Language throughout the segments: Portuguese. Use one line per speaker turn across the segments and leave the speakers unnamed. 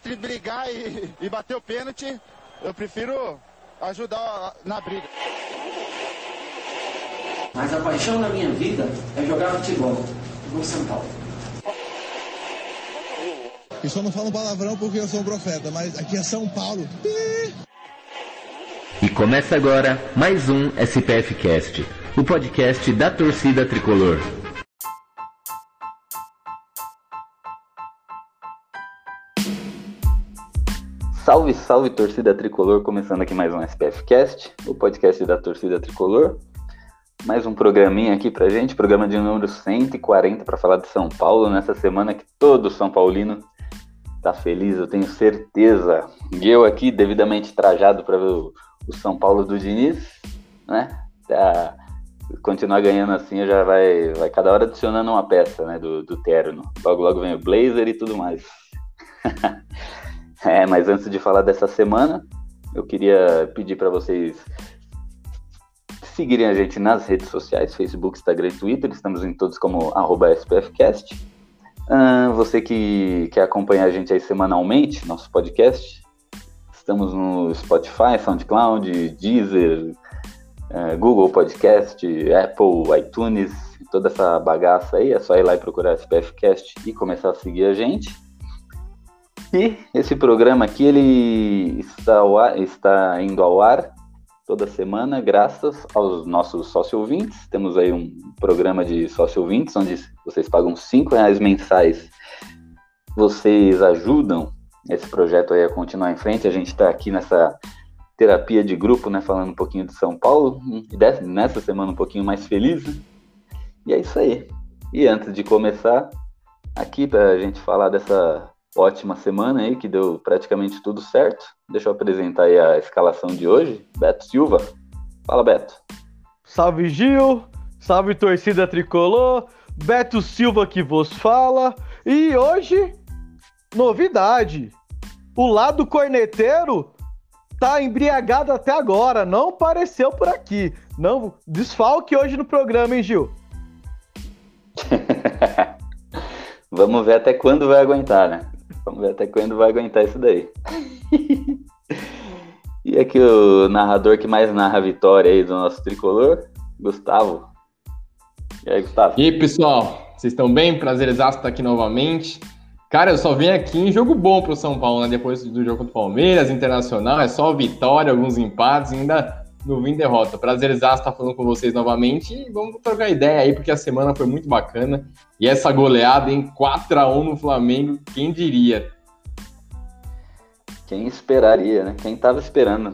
Entre brigar e bater o pênalti, eu prefiro ajudar na briga.
Mas a paixão da minha vida é jogar futebol no São Paulo.
Eu só não falo palavrão porque eu sou um profeta, mas aqui é São Paulo.
E começa agora mais um SPF Cast, o podcast da torcida tricolor. Salve, salve torcida tricolor, começando aqui mais um SPF Cast, o podcast da torcida tricolor. Mais um programinha aqui pra gente, programa de número 140 para falar de São Paulo, nessa semana que todo São Paulino tá feliz, eu tenho certeza. Eu aqui devidamente trajado para ver o São Paulo do Diniz, né? Pra continuar ganhando assim, já vai cada hora adicionando uma peça, né, do terno. Logo vem o blazer e tudo mais. Mas antes de falar dessa semana, eu queria pedir para vocês seguirem a gente nas redes sociais, Facebook, Instagram e Twitter. Estamos em todos como @SPFcast. Você que quer acompanhar a gente aí semanalmente, nosso podcast, estamos no Spotify, SoundCloud, Deezer, Google Podcast, Apple, iTunes, toda essa bagaça aí. É só ir lá e procurar SPFcast e começar a seguir a gente. E esse programa aqui, ele está indo ao ar toda semana, graças aos nossos sócio-ouvintes. Temos aí um programa de sócio-ouvintes, onde vocês pagam R$5 mensais. Vocês ajudam esse projeto aí a continuar em frente. A gente está aqui nessa terapia de grupo, né, falando um pouquinho de São Paulo, e nessa semana um pouquinho mais feliz, né? E é isso aí. E antes de começar, aqui para a gente falar dessa ótima semana aí, que deu praticamente tudo certo, deixa eu apresentar aí a escalação de hoje. Beto Silva. Fala, Beto.
Salve, Gil. Salve, torcida tricolor. Beto Silva que vos fala. E hoje, novidade. O lado corneteiro tá embriagado até agora. Não apareceu por aqui. Não, desfalque hoje no programa, hein, Gil?
Vamos ver até quando vai aguentar, né? Vamos ver até quando vai aguentar isso daí. E aqui o narrador que mais narra a vitória aí do nosso tricolor, Gustavo. E aí, Gustavo?
E aí, pessoal? Vocês estão bem? Prazerzaço estar aqui novamente. Cara, eu só venho aqui em jogo bom pro São Paulo, né? Depois do jogo contra o Palmeiras, Internacional, é só vitória, alguns empates, ainda não vim derrota. Prazerzaço estar falando com vocês novamente e vamos trocar ideia aí, porque a semana foi muito bacana. E essa goleada em 4-1 no Flamengo, quem diria?
Quem esperaria, né? Quem tava esperando.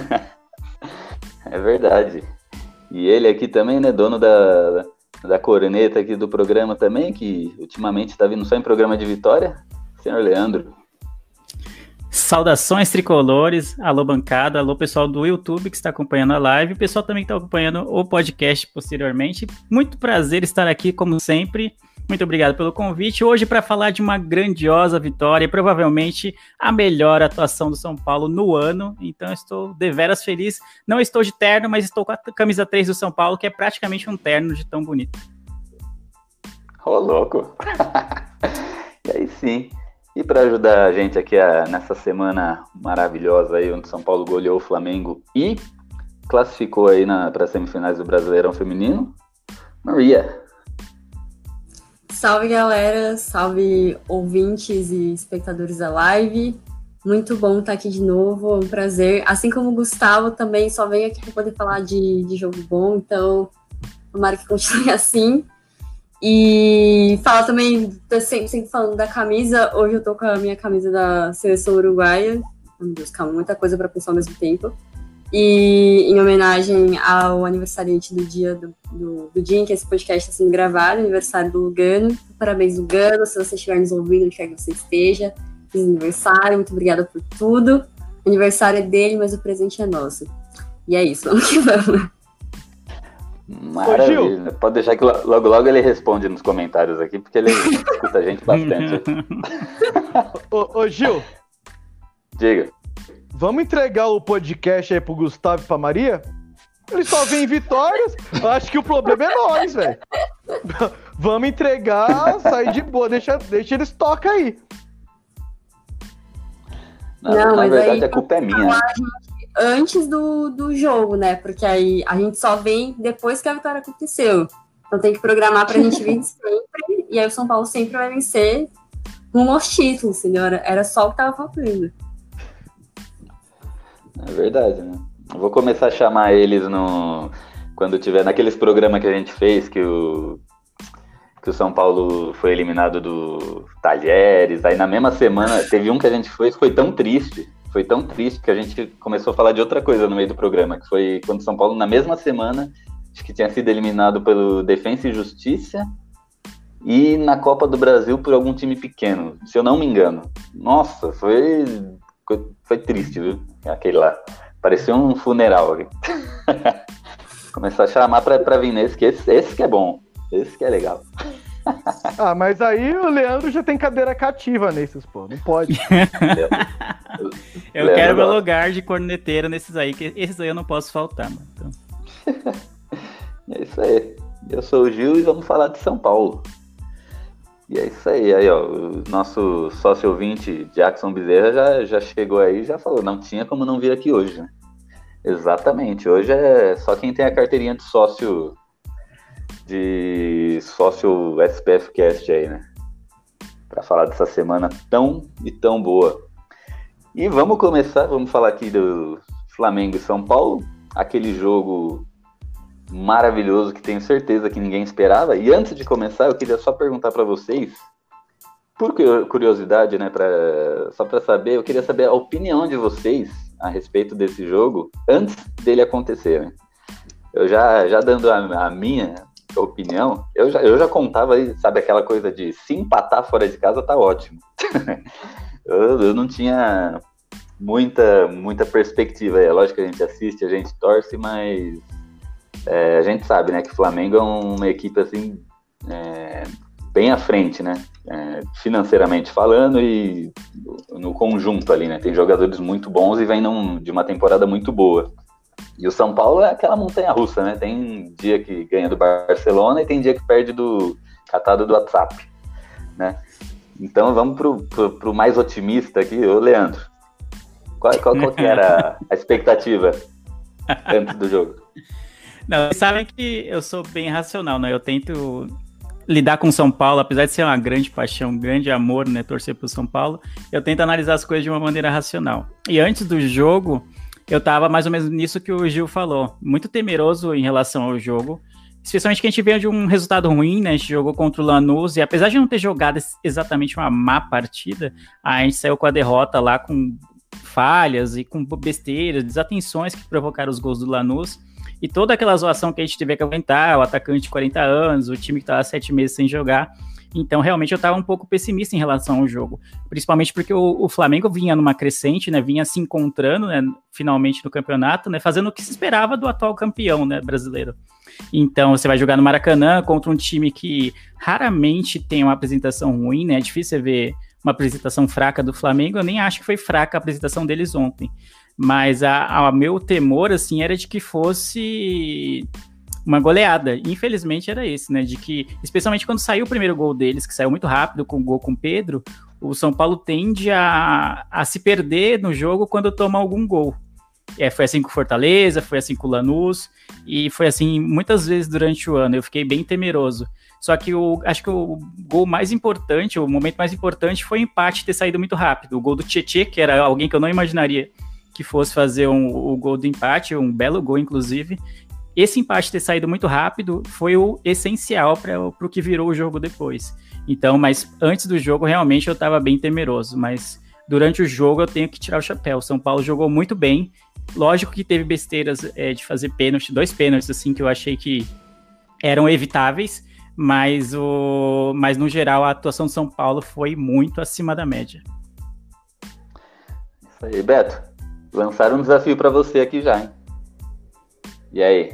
É verdade. E ele aqui também, né? Dono da corneta aqui do programa também, que ultimamente tá vindo só em programa de vitória. Senhor Leandro.
Saudações tricolores, alô bancada, alô pessoal do YouTube que está acompanhando a live, o pessoal também que está acompanhando o podcast posteriormente. Muito prazer estar aqui, como sempre. Muito obrigado pelo convite. Hoje para falar de uma grandiosa vitória e provavelmente a melhor atuação do São Paulo no ano. Então estou deveras feliz. Não estou de terno, mas estou com a camisa 3 do São Paulo, que é praticamente um terno de tão bonito.
Ô, louco! E aí sim. E para ajudar a gente aqui nessa semana maravilhosa aí, onde São Paulo goleou o Flamengo e classificou aí para as semifinais do Brasileirão Feminino, Maria.
Salve, galera, salve ouvintes e espectadores da live. Muito bom estar aqui de novo, é um prazer. Assim como o Gustavo, também só venho aqui para poder falar de jogo bom, então tomara que continue assim. E fala também, sempre falando da camisa. Hoje eu tô com a minha camisa da seleção uruguaia. Meu Deus, calma, muita coisa para pensar ao mesmo tempo. E em homenagem ao aniversariante do dia dia em que esse podcast está sendo gravado, aniversário do Lugano. Parabéns, Lugano, se você estiver nos ouvindo, onde quer que você esteja. Feliz aniversário, muito obrigada por tudo. O aniversário é dele, mas o presente é nosso. E é isso, vamos que vamos.
Maravilha. Pode deixar que logo ele responde nos comentários aqui, porque ele escuta a gente bastante.
Ô Gil.
Diga.
Vamos entregar o podcast aí pro Gustavo e pra Maria? Eles só veem vitórias. Eu acho que o problema é nós, velho. Vamos entregar, sair de boa. Deixa eles tocar aí.
Não,
na
mas
verdade,
aí
a culpa é minha.
Antes do jogo, né? Porque aí a gente só vem depois que a vitória aconteceu. Então tem que programar pra gente vir sempre, e aí o São Paulo sempre vai vencer rumo aos títulos, entendeu? Era só o que tava faltando.
É verdade, né? Eu vou começar a chamar eles quando tiver naqueles programas que a gente fez, que o São Paulo foi eliminado do Talheres. Aí na mesma semana, teve um que a gente foi tão triste que a gente começou a falar de outra coisa no meio do programa, que foi quando o São Paulo, na mesma semana, acho que tinha sido eliminado pelo Defensa e Justiça e na Copa do Brasil por algum time pequeno, se eu não me engano. Nossa, foi triste, viu? Aquele lá. Parecia um funeral. Começar a chamar pra vir nesse, que esse que é bom. Esse que é legal.
Ah, mas aí o Leandro já tem cadeira cativa nesses, pô. Não pode.
Eu quero meu lugar de corneteiro nesses aí, que esses aí eu não posso faltar, mano. Então.
É isso aí. Eu sou o Gil e vamos falar de São Paulo. E é isso aí. Aí, ó, o nosso sócio ouvinte, Jackson Bezerra, já chegou aí e já falou, não tinha como não vir aqui hoje, né? Exatamente. Hoje é só quem tem a carteirinha de sócio SPF Cast aí, né? Pra falar dessa semana tão boa. E vamos falar aqui do Flamengo e São Paulo, aquele jogo maravilhoso que tenho certeza que ninguém esperava. E antes de começar, eu queria só perguntar para vocês, por curiosidade, né, só para saber, eu queria saber a opinião de vocês a respeito desse jogo antes dele acontecer, né? Eu já dando a minha opinião, eu já contava aí, sabe, aquela coisa de se empatar fora de casa tá ótimo. eu não tinha muita perspectiva. É lógico que a gente assiste, a gente torce, mas a gente sabe, né, que o Flamengo é uma equipe assim bem à frente, né, financeiramente falando e no conjunto ali, né, tem jogadores muito bons e vem de uma temporada muito boa. E o São Paulo é aquela montanha-russa, né, tem dia que ganha do Barcelona e tem dia que perde do catado do WhatsApp, né. Então vamos pro mais otimista aqui, ô Leandro. Qual que era a expectativa antes do jogo?
Não, vocês sabem que eu sou bem racional, né? Eu tento lidar com o São Paulo, apesar de ser uma grande paixão, um grande amor, né? Torcer pro São Paulo, eu tento analisar as coisas de uma maneira racional. E antes do jogo, eu tava mais ou menos nisso que o Gil falou, muito temeroso em relação ao jogo, especialmente que a gente veio de um resultado ruim, né? A gente jogou contra o Lanús e apesar de não ter jogado exatamente uma má partida, a gente saiu com a derrota lá com falhas e com besteiras, desatenções que provocaram os gols do Lanús. E toda aquela zoação que a gente teve que aguentar, o atacante de 40 anos, o time que estava 7 meses sem jogar. Então, realmente, eu estava um pouco pessimista em relação ao jogo. Principalmente porque o Flamengo vinha numa crescente, né? Vinha se encontrando, né? Finalmente no campeonato, né? Fazendo o que se esperava do atual campeão, né? Brasileiro. Então, você vai jogar no Maracanã contra um time que raramente tem uma apresentação ruim, né? É difícil você ver uma apresentação fraca do Flamengo. Eu nem acho que foi fraca a apresentação deles ontem. Mas a meu temor, assim, era de que fosse uma goleada. Infelizmente era esse, né? De que, especialmente quando saiu o primeiro gol deles, que saiu muito rápido com o gol com o Pedro, o São Paulo tende a se perder no jogo quando toma algum gol. Foi assim com o Fortaleza, foi assim com o Lanús, e foi assim muitas vezes durante o ano. Eu fiquei bem temeroso. Só que acho que o gol mais importante, o momento mais importante foi o empate ter saído muito rápido. O gol do Tietê, que era alguém que eu não imaginaria que fosse fazer o gol do empate, um belo gol, inclusive. Esse empate ter saído muito rápido foi o essencial para o que virou o jogo depois. Então, mas antes do jogo, realmente, eu estava bem temeroso. Mas durante o jogo, eu tenho que tirar o chapéu. O São Paulo jogou muito bem. Lógico que teve besteiras de fazer pênalti, 2 pênaltis, assim, que eu achei que eram evitáveis. Mas no geral, a atuação do São Paulo foi muito acima da média.
Isso aí, Beto. Lançaram um desafio pra você aqui já, hein? E aí?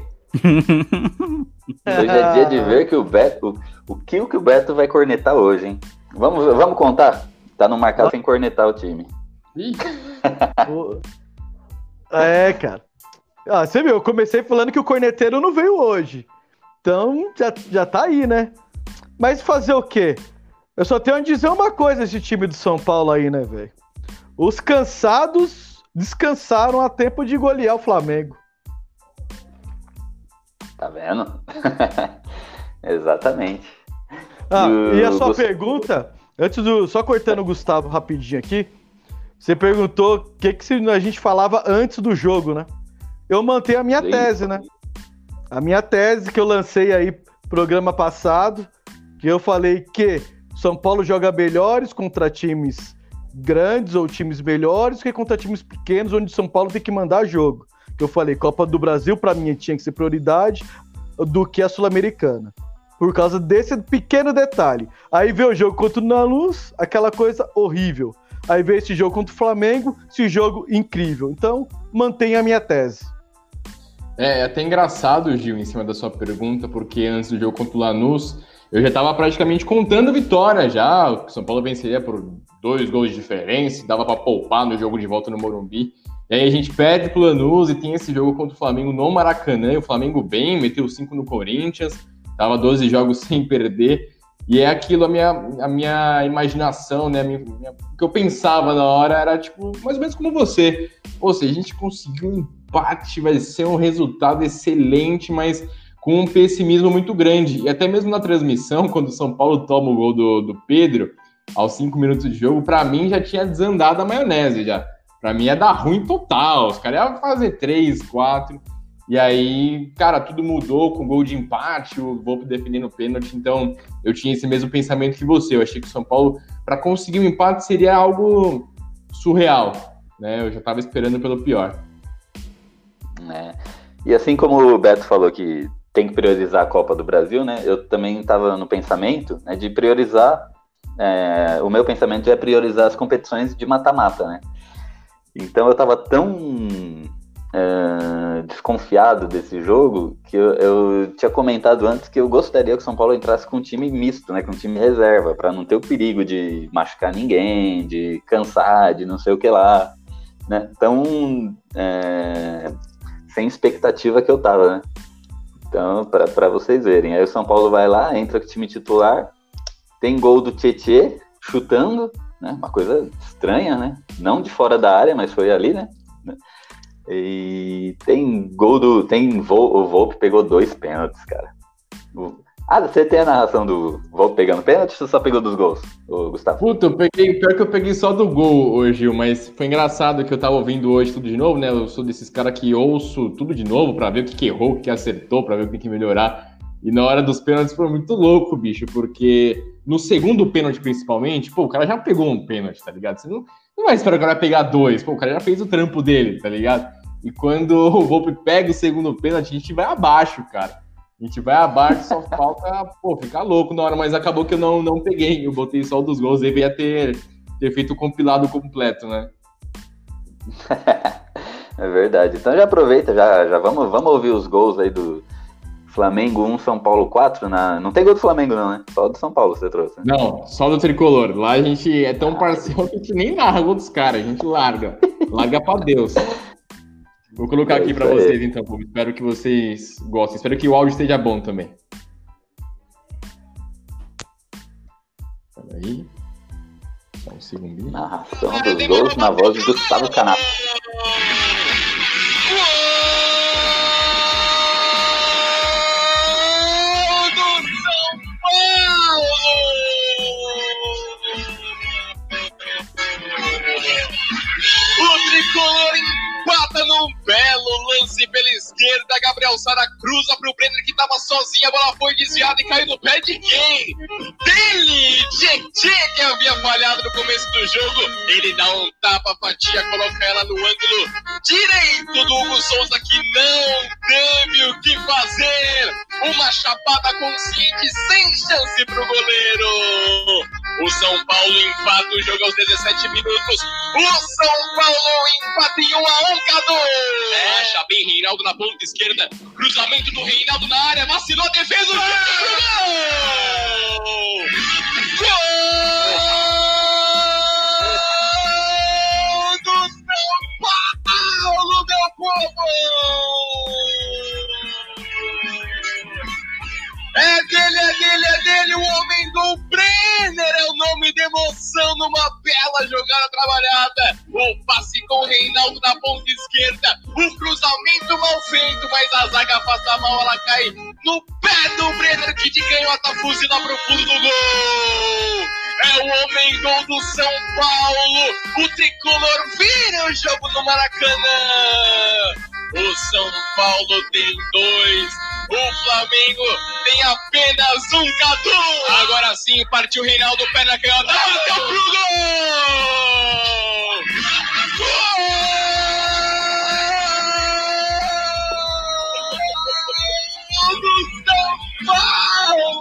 Hoje é dia de ver que o que o Beto vai cornetar hoje, hein? Vamos contar? Tá no marcado sem cornetar o time.
Cara. Você viu, eu comecei falando que o corneteiro não veio hoje. Então, já tá aí, né? Mas fazer o quê? Eu só tenho a dizer uma coisa desse time do São Paulo aí, né, velho? Os cansados descansaram a tempo de golear o Flamengo.
Tá vendo? Exatamente.
E a sua pergunta, só cortando o Gustavo rapidinho aqui, você perguntou o que a gente falava antes do jogo, né? Eu mantenho a minha tese, né? A minha tese que eu lancei aí no programa passado, que eu falei que São Paulo joga melhores contra times grandes ou times melhores que contra times pequenos, onde São Paulo tem que mandar jogo. Eu falei, Copa do Brasil, pra mim, tinha que ser prioridade do que a Sul-Americana. Por causa desse pequeno detalhe. Aí veio o jogo contra o Lanús, aquela coisa horrível. Aí veio esse jogo contra o Flamengo, esse jogo incrível. Então, mantenha a minha tese.
É até engraçado, Gil, em cima da sua pergunta, porque antes do jogo contra o Lanús, eu já estava praticamente contando a vitória já. O São Paulo venceria por 2 gols de diferença, dava para poupar no jogo de volta no Morumbi. E aí a gente perde pro Lanús e tem esse jogo contra o Flamengo no Maracanã, e o Flamengo bem, meteu 5 no Corinthians, tava 12 jogos sem perder, e é aquilo, a minha imaginação, né, o que eu pensava na hora era, tipo, mais ou menos como você. Pô, se a gente conseguir um empate, vai ser um resultado excelente, mas com um pessimismo muito grande. E até mesmo na transmissão, quando o São Paulo toma o gol do Pedro, aos 5 minutos de jogo, pra mim já tinha desandado a maionese, já. Pra mim ia dar ruim total, os caras iam fazer 3, 4, e aí, cara, tudo mudou com gol de empate, o Volpi defendendo o pênalti, então eu tinha esse mesmo pensamento que você, eu achei que o São Paulo, para conseguir um empate, seria algo surreal, né, eu já tava esperando pelo pior.
E assim como o Beto falou que tem que priorizar a Copa do Brasil, né, eu também tava no pensamento, né, de priorizar, o meu pensamento é priorizar as competições de mata-mata, né. Então eu estava tão desconfiado desse jogo que eu tinha comentado antes que eu gostaria que o São Paulo entrasse com um time misto, né, com um time reserva, para não ter o perigo de machucar ninguém, de cansar, de não sei o que lá, né? Então, sem expectativa que eu tava, né? Então, para vocês verem, aí o São Paulo vai lá, entra com o time titular, tem gol do Tietê chutando, né? Uma coisa estranha, né? Não de fora da área, mas foi ali, né? E tem gol o Volpi pegou 2 pênaltis, cara. Você tem a narração do Volpi pegando pênalti ou você só pegou dos gols, Gustavo?
Puta, pior que eu peguei só do gol hoje, Gil, mas foi engraçado que eu tava ouvindo hoje tudo de novo, né? Eu sou desses caras que ouço tudo de novo pra ver o que errou, o que acertou, pra ver o que tem que melhorar. E na hora dos pênaltis foi muito louco, bicho, porque no segundo pênalti, principalmente, pô, o cara já pegou um pênalti, tá ligado? Você não vai esperar o cara pegar 2, pô, o cara já fez o trampo dele, tá ligado? E quando o Volpi pega o segundo pênalti, a gente vai abaixo, cara. A gente vai abaixo, só falta, pô, ficar louco na hora, mas acabou que eu não peguei, eu botei só o dos gols, devia ter feito o compilado completo, né?
É verdade. Então já aproveita, já vamos ouvir os gols aí do Flamengo 1, São Paulo 4. Não tem gol do Flamengo não, né? Só do São Paulo você trouxe, né?
Não, só do Tricolor. Lá a gente é tão parcial que a gente nem narra gol dos caras, a gente larga pra Deus. Vou colocar aqui pra vocês então, pô. Espero que vocês gostem, espero que o áudio esteja bom também. Peraí. Só um segundinho.
Narração dos gols na voz do Gustavo Canato.
O Tricolor empata num belo lance pela esquerda. Gabriel Sara cruza pro Brenner que tava sozinho. A bola foi desviada e caiu no pé de quem? Dele! Tietê, que havia falhado no começo do jogo. Ele dá um tapa, fatia, coloca ela no ângulo direito do Hugo Souza, que não teve o que fazer. Uma chapada consciente, sem chance pro goleiro. O São Paulo empata o jogo aos 17 minutos. O São Paulo empata em 1-1, Cadu. Fecha bem Reinaldo na ponta esquerda. Cruzamento do Reinaldo na área. Vacilou a defesa. Gol! Gol do São Paulo, meu povo! É dele, é dele, é dele! ele, o homem do Brenner, é o nome de emoção numa bela jogada trabalhada. O passe com o Reinaldo na ponta esquerda, o cruzamento mal feito, mas a zaga afasta mal, ela cai no pé do Brenner, que de canhota fuzila pro fundo do gol. É o homem gol do São Paulo, o tricolor vira o jogo no Maracanã. O São Paulo tem 2, o Flamengo tem apenas 1, Cadu. Agora sim, partiu o Reinaldo, pé na canhota, bateu pro gol! Gol do São Paulo!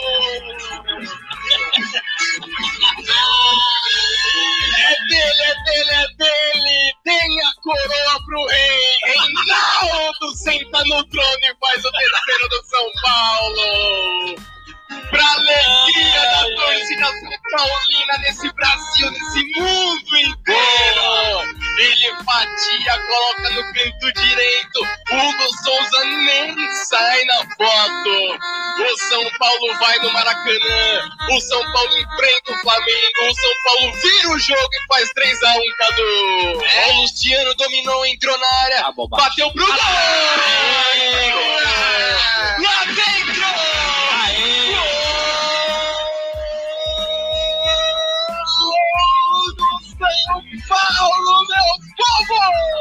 É dele, tem a coroa pro rei. Reinaldo senta no trono e faz o terceiro do São Paulo. Pra alegria da torcida São Paulina nesse Brasil, nesse mundo inteiro. Ele fatia, coloca no canto direito. Hugo Souza nem sai na foto. O São Paulo vai no Maracanã. O São Paulo enfrenta o Flamengo. O São Paulo vira o jogo e faz 3-1, Cadu. O Luciano dominou, entrou na área. Bateu pro gol! Lá dentro! São Paulo, meu povo!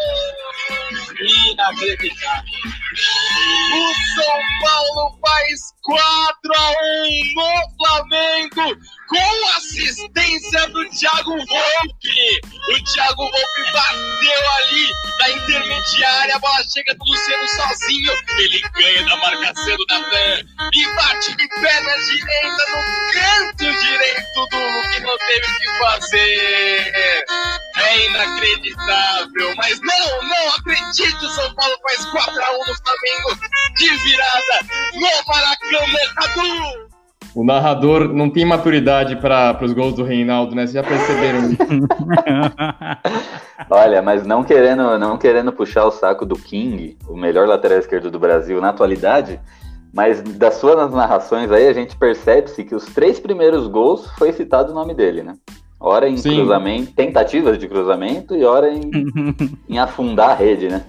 Inacreditável. O São Paulo faz 4-1 no Flamengo com assistência do Thiago Volpe. O Thiago Volpe bateu ali da intermediária, a bola chega do Luciano sozinho. Ele ganha da marcação do Natan e bate de perna direita no canto direito do Hugo, que não teve o que fazer. É inacreditável, mas não acredito, o São Paulo faz 4-1 no Flamengo de virada no Maracanã, Cadu.
O narrador não tem maturidade para os gols do Reinaldo, né? Vocês já perceberam isso?
Olha, mas não querendo puxar o saco do King, o melhor lateral esquerdo do Brasil na atualidade, mas das suas narrações aí a gente percebe-se que os 3 primeiros gols foi citado o nome dele, né? Ora em cruzamento, tentativas de cruzamento, e ora em afundar a rede, né?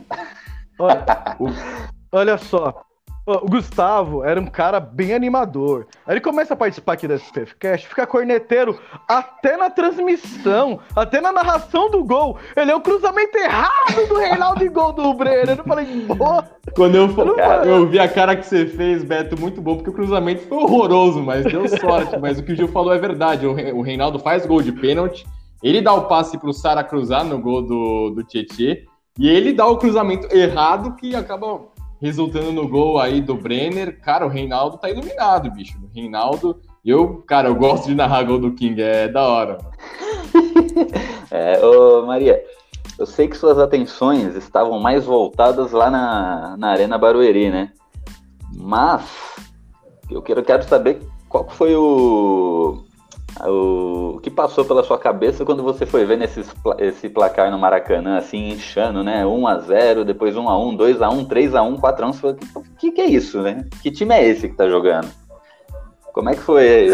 Olha só, o Gustavo era um cara bem animador. Aí ele começa a participar aqui da SPFcast, fica corneteiro até na transmissão, até na narração do gol. Ele é o cruzamento errado do Reinaldo e gol do Brenner. Eu falei, pô.
Quando eu vi a cara que você fez, Beto, muito bom, porque o cruzamento foi horroroso, mas deu sorte. Mas o que o Gil falou é verdade. O Reinaldo faz gol de pênalti, ele dá o passe pro Sara cruzar no gol do Tietê, e ele dá o cruzamento errado que acaba resultando no gol aí do Brenner. Cara, o Reinaldo tá iluminado, bicho. O Reinaldo, eu gosto de narrar gol do King, é da hora.
Ô Maria, eu sei que suas atenções estavam mais voltadas lá na Arena Barueri, né? Mas eu quero saber qual foi o que passou pela sua cabeça quando você foi vendo esse placar no Maracanã, assim, inchando, né? 1-0, depois 1-1, 2-1, 3-1, 4-1. Você falou, que é isso, né? Que time é esse que tá jogando? Como é que foi?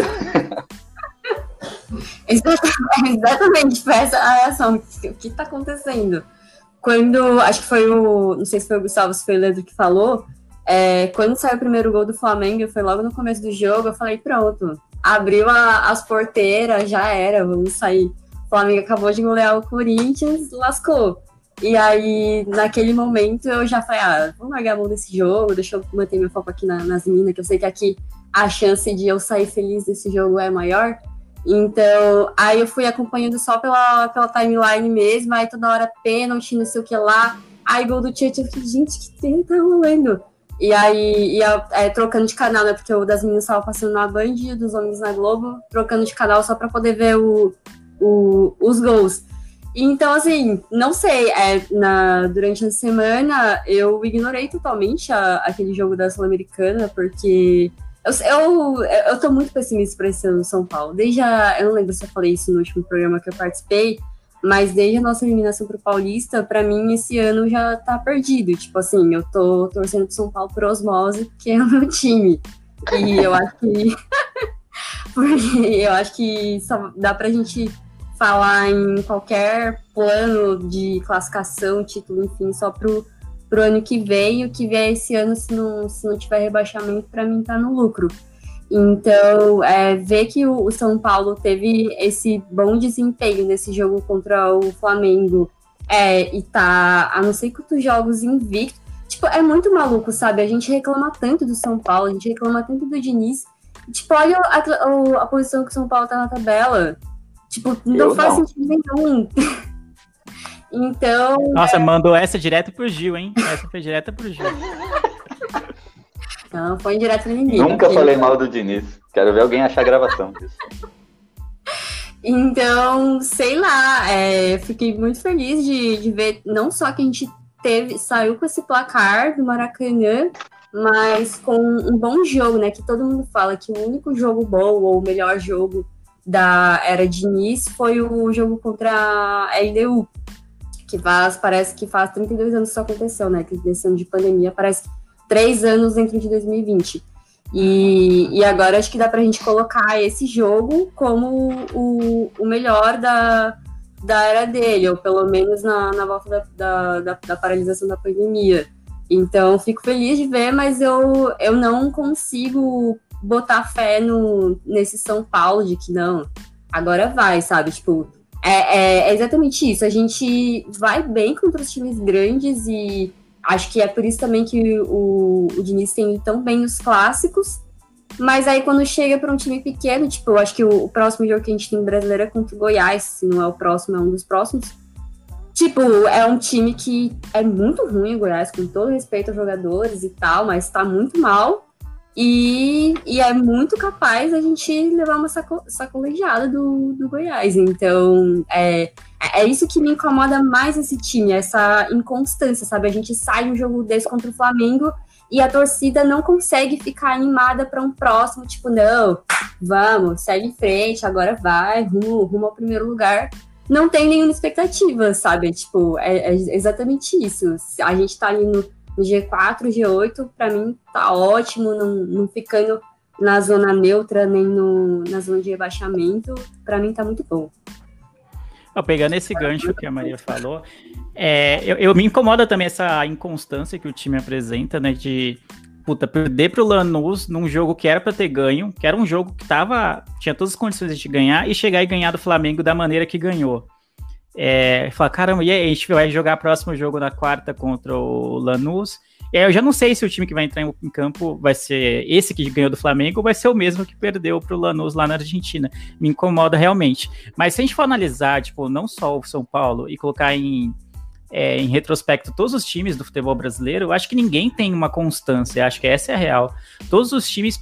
Exatamente, foi essa a reação. O que tá acontecendo? Quando, acho que foi não sei se foi o Gustavo, se foi o Leandro que falou, quando saiu o primeiro gol do Flamengo, foi logo no começo do jogo, eu falei, pronto, abriu as porteiras, já era, vamos sair. O Flamengo acabou de golear o Corinthians, lascou. E aí, naquele momento, eu já falei, vamos largar a mão desse jogo, deixa eu manter meu foco aqui nas minas, que eu sei que aqui a chance de eu sair feliz desse jogo é maior. Então, aí eu fui acompanhando só pela timeline mesmo, aí toda hora pênalti, não sei o que lá. Aí gol do Tietchan, eu fiquei, gente, que trem tá rolando? E aí, trocando de canal, né? Porque o das meninas estava passando na Band e dos homens na Globo, trocando de canal só para poder ver os gols. Então, assim, não sei, durante a semana eu ignorei totalmente aquele jogo da Sul-Americana, porque eu tô muito pessimista para esse ano no São Paulo. Eu não lembro se eu falei isso no último programa que eu participei, mas desde a nossa eliminação pro Paulista, pra mim, esse ano já tá perdido. Tipo assim, eu tô torcendo pro São Paulo por osmose, porque é o meu time. E eu acho que porque eu acho que só dá pra gente falar em qualquer plano de classificação, título, enfim, só pro ano que vem. E o que vier esse ano, se não tiver rebaixamento, pra mim tá no lucro. Então, ver que o São Paulo teve esse bom desempenho nesse jogo contra o Flamengo e tá a não sei quantos jogos invicto, tipo, é muito maluco, sabe? A gente reclama tanto do São Paulo, a gente reclama tanto do Diniz. Tipo, olha a posição que o São Paulo tá na tabela. Tipo, não faz sentido nenhum. Então...
Nossa, mandou essa direto pro Gil, hein? Essa foi direta pro Gil.
Não foi direto pra ninguém.
Nunca falei mal do Diniz. Quero ver alguém achar a gravação disso.
Então, sei lá, fiquei muito feliz de ver, não só que a gente saiu com esse placar do Maracanã, mas com um bom jogo, né? Que todo mundo fala que o único jogo bom, ou o melhor jogo da era Diniz foi o jogo contra a LDU, que parece que faz 32 anos que isso aconteceu, né? Que nesse ano de pandemia, parece 3 anos dentro de 2020. E agora acho que dá pra gente colocar esse jogo como o melhor da era dele, ou pelo menos na volta da paralisação da pandemia. Então, fico feliz de ver, mas eu não consigo botar fé nesse São Paulo de que não, agora vai, sabe? Tipo, é exatamente isso. A gente vai bem contra os times grandes e acho que é por isso também que o Diniz tem ido tão bem nos clássicos, mas aí quando chega para um time pequeno, tipo, eu acho que o próximo jogo que a gente tem no Brasileiro é contra o Goiás, se não é o próximo, é um dos próximos. Tipo, é um time que é muito ruim, o Goiás, com todo respeito aos jogadores e tal, mas tá muito mal. E é muito capaz a gente levar uma sacolejada do Goiás. Então, é isso que me incomoda mais esse time, essa inconstância, sabe? A gente sai de um jogo desse contra o Flamengo e a torcida não consegue ficar animada para um próximo, tipo, não, vamos, segue em frente, agora vai, rumo ao primeiro lugar. Não tem nenhuma expectativa, sabe? Tipo, é exatamente isso. A gente tá ali no G4, G8, pra mim tá ótimo, não ficando na zona neutra, nem na zona de rebaixamento, pra mim tá muito bom.
Pegando esse gancho que a Maria falou, eu me incomoda também essa inconstância que o time apresenta, né, de perder pro Lanús num jogo que era pra ter ganho, que era um jogo que tinha todas as condições de ganhar, e chegar e ganhar do Flamengo da maneira que ganhou. Falar, caramba, e aí, a gente vai jogar o próximo jogo na quarta contra o Lanús. Eu já não sei se o time que vai entrar em campo vai ser esse que ganhou do Flamengo ou vai ser o mesmo que perdeu pro Lanús lá na Argentina. Me incomoda realmente. Mas se a gente for analisar, tipo, não só o São Paulo e colocar em retrospecto todos os times do futebol brasileiro, eu acho que ninguém tem uma constância, acho que essa é a real. Todos os times